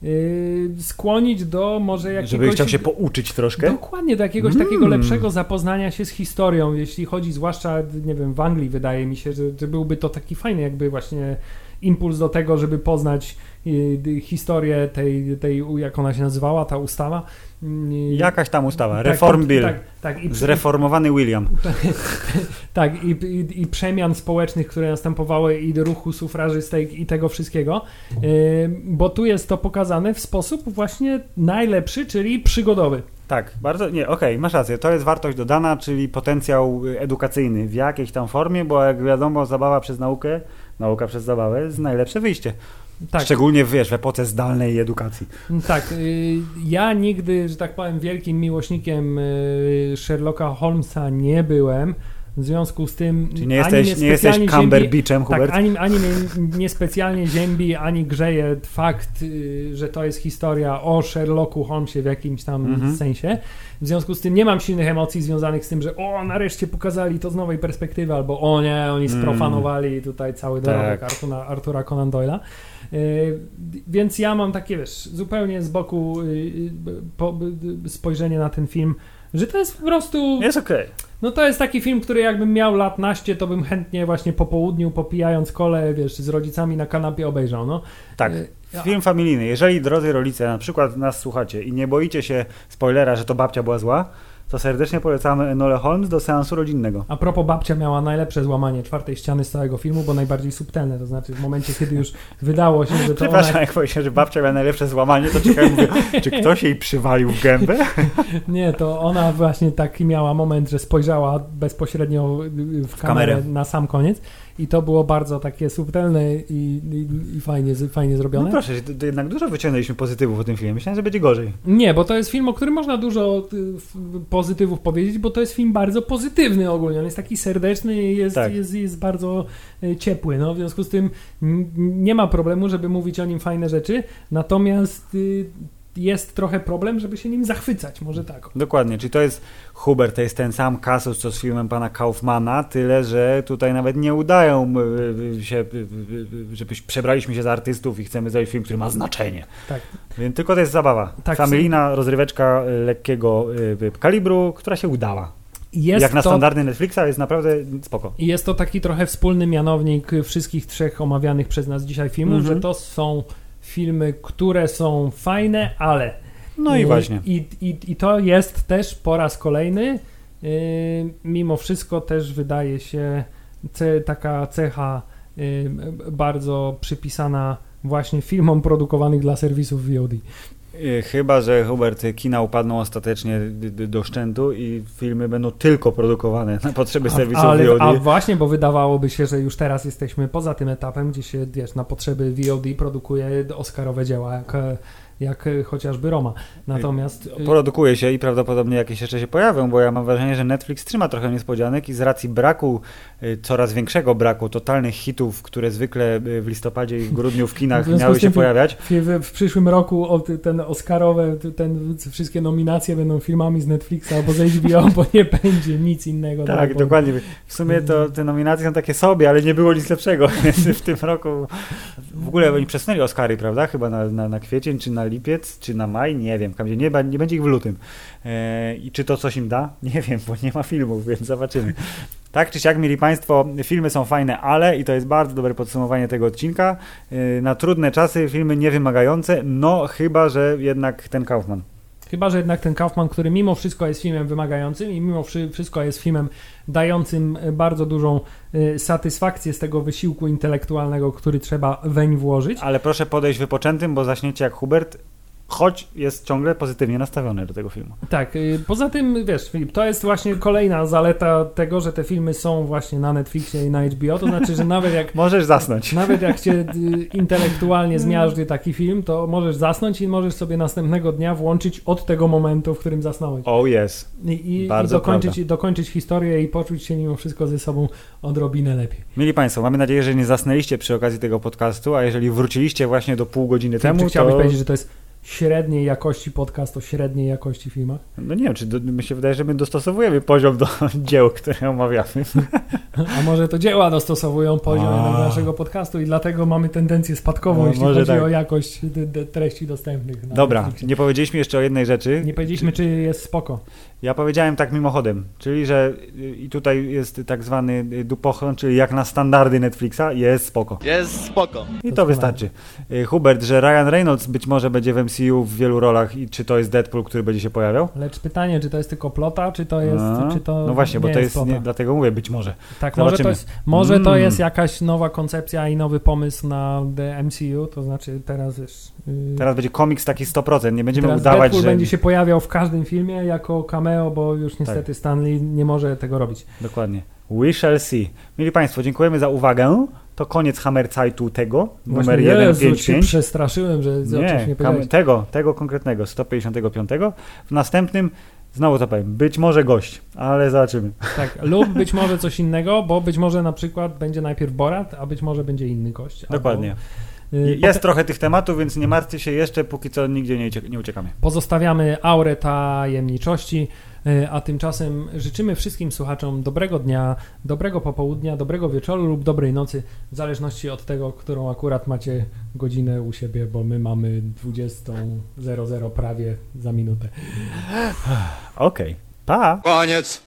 skłonić do może jakiegoś... Żeby chciał się pouczyć troszkę? Dokładnie, do jakiegoś takiego lepszego zapoznania się z historią, jeśli chodzi zwłaszcza, nie wiem, w Anglii wydaje mi się, że byłby to taki fajny jakby właśnie impuls do tego, żeby poznać historię tej, jak ona się nazywała, ta ustawa. Jakaś tam ustawa, Reform Bill, zreformowany William. Tak, i przemian społecznych, które następowały i do ruchu sufrażystek i tego wszystkiego, bo tu jest to pokazane w sposób właśnie najlepszy, czyli przygodowy. Tak, bardzo, masz rację, to jest wartość dodana, czyli potencjał edukacyjny w jakiejś tam formie, bo jak wiadomo, zabawa przez naukę, nauka przez zabawę jest najlepsze wyjście. Tak. Szczególnie w epoce zdalnej edukacji. Tak, ja nigdy, że tak powiem, wielkim miłośnikiem Sherlocka Holmesa nie byłem. W związku z tym... Czyli nie jesteś Cumberbatchem, Hubert? Tak, ani mnie niespecjalnie ziębi, ani grzeje fakt, że to jest historia o Sherlocku Holmesie w jakimś tam sensie. W związku z tym nie mam silnych emocji związanych z tym, że nareszcie pokazali to z nowej perspektywy, albo oni sprofanowali tutaj cały dorobek Artura Conan Doyle'a. Więc ja mam takie, zupełnie z boku spojrzenie na ten film, że to jest po prostu... Jest okej. No to jest taki film, który jakbym miał lat naście, to bym chętnie właśnie po południu, popijając kolę, z rodzicami na kanapie obejrzał, no. Tak, film familijny. Jeżeli, drodzy rodzice, na przykład nas słuchacie i nie boicie się spoilera, że to babcia była zła, to serdecznie polecamy Enolę Holmes do seansu rodzinnego. A propos, babcia miała najlepsze złamanie czwartej ściany z całego filmu, bo najbardziej subtelne, to znaczy w momencie, kiedy już wydało się, że to Przepraszam, jak powiedziałem, że babcia miała najlepsze złamanie, to ciekawe mówię, czy ktoś jej przywalił w gębę? Nie, to ona właśnie taki miała moment, że spojrzała bezpośrednio w kamerę na sam koniec. I to było bardzo takie subtelne i fajnie zrobione. No proszę, to jednak dużo wyciągnęliśmy pozytywów o tym filmie. Myślałem, że będzie gorzej. Nie, bo to jest film, o którym można dużo pozytywów powiedzieć, bo to jest film bardzo pozytywny ogólnie. On jest taki serdeczny i jest bardzo ciepły. No, w związku z tym nie ma problemu, żeby mówić o nim fajne rzeczy. Natomiast jest trochę problem, żeby się nim zachwycać, może tak. Dokładnie, czyli to jest Hubert, to jest ten sam kasus, co z filmem pana Kaufmana, tyle, że tutaj nawet nie udają się, żebyśmy przebraliśmy się za artystów i chcemy zrobić film, który ma znaczenie. Tak. Więc tylko to jest zabawa. Tak, familijna rozryweczka lekkiego kalibru, która się udała. Jak na standardy Netflixa jest naprawdę spoko. I jest to taki trochę wspólny mianownik wszystkich trzech omawianych przez nas dzisiaj filmów, że to są filmy, które są fajne, ale... No i właśnie. I to jest też po raz kolejny, mimo wszystko też wydaje się taka cecha bardzo przypisana właśnie filmom produkowanych dla serwisów VOD. Chyba że, Hubert, kina upadną ostatecznie do szczętu i filmy będą tylko produkowane na potrzeby serwisów VOD. A właśnie, bo wydawałoby się, że już teraz jesteśmy poza tym etapem, gdzie się, na potrzeby VOD produkuje oscarowe dzieła, jak chociażby Roma. Natomiast... Produkuje się i prawdopodobnie jakieś jeszcze się pojawią, bo ja mam wrażenie, że Netflix trzyma trochę niespodzianek i z racji braku, coraz większego braku totalnych hitów, które zwykle w listopadzie i w grudniu w kinach miały się pojawiać. W przyszłym roku ten oscarowe, wszystkie nominacje będą filmami z Netflixa albo z HBO, bo nie będzie nic innego. Tak, dokładnie. W sumie to te nominacje są takie sobie, ale nie było nic lepszego. Więc w tym roku w ogóle oni przesunęli Oscary, prawda? Chyba na kwiecień, czy na lipiec, czy na maj, nie wiem. Nie będzie ich w lutym. I czy to coś im da? Nie wiem, bo nie ma filmów, więc zobaczymy. Tak czy siak, mieli Państwo, filmy są fajne, ale, i to jest bardzo dobre podsumowanie tego odcinka, na trudne czasy filmy niewymagające, no chyba, że jednak ten Kaufman. Chyba, że jednak ten Kaufman, który mimo wszystko jest filmem wymagającym i mimo wszystko jest filmem dającym bardzo dużą satysfakcję z tego wysiłku intelektualnego, który trzeba weń włożyć. Ale proszę podejść wypoczętym, bo zaśniecie jak Hubert, choć jest ciągle pozytywnie nastawiony do tego filmu. Tak, poza tym, wiesz, Filip, to jest właśnie kolejna zaleta tego, że te filmy są właśnie na Netflixie i na HBO, to znaczy, że nawet jak... Możesz zasnąć. Nawet jak cię intelektualnie zmiażdży taki film, to możesz zasnąć i możesz sobie następnego dnia włączyć od tego momentu, w którym zasnąłeś. Oh yes. I dokończyć historię i poczuć się mimo wszystko ze sobą odrobinę lepiej. Mieli Państwo, mamy nadzieję, że nie zasnęliście przy okazji tego podcastu, a jeżeli wróciliście właśnie do pół godziny temu, Czy chciałbyś powiedzieć, że to jest średniej jakości podcast o średniej jakości filmach? No nie wiem, mi się wydaje, że my dostosowujemy poziom do dzieł, które omawiamy. A może to dzieła dostosowują poziom do naszego podcastu i dlatego mamy tendencję spadkową, jeśli chodzi o jakość treści dostępnych. Dobra, nie powiedzieliśmy jeszcze o jednej rzeczy. Nie powiedzieliśmy, czy jest spoko. Ja powiedziałem tak mimochodem, czyli że i tutaj jest tak zwany dupochron, czyli jak na standardy Netflixa, jest spoko. Jest spoko. I to wystarczy. Hubert, że Ryan Reynolds być może będzie w MCU w wielu rolach i czy to jest Deadpool, który będzie się pojawiał? Lecz pytanie, czy to jest tylko plota, czy to jest... Czy to no właśnie, bo nie to jest plota. dlatego mówię, być może. Tak, zobaczymy. może to jest jakaś nowa koncepcja i nowy pomysł na MCU, to znaczy teraz jest... Teraz będzie komiks taki 100%, nie będziemy teraz udawać, Deadpool że... będzie się pojawiał w każdym filmie jako cameo, bo już niestety Stan Lee nie może tego robić. Dokładnie. We shall see. Mili Państwo, dziękujemy za uwagę. To koniec Hammerzeitu tego, numer 155. Przestraszyłem, że nie powiedziałeś. Tego konkretnego, 155. W następnym, znowu to powiem, być może gość, ale zobaczymy. Tak, lub być może coś innego, bo być może na przykład będzie najpierw Borat, a być może będzie inny gość. Dokładnie. Jest trochę tych tematów, więc nie martwcie się jeszcze, póki co nigdzie nie uciekamy. Pozostawiamy aurę tajemniczości, a tymczasem życzymy wszystkim słuchaczom dobrego dnia, dobrego popołudnia, dobrego wieczoru lub dobrej nocy, w zależności od tego, którą akurat macie godzinę u siebie, bo my mamy 20:00 prawie za minutę. Okej. Pa! Koniec!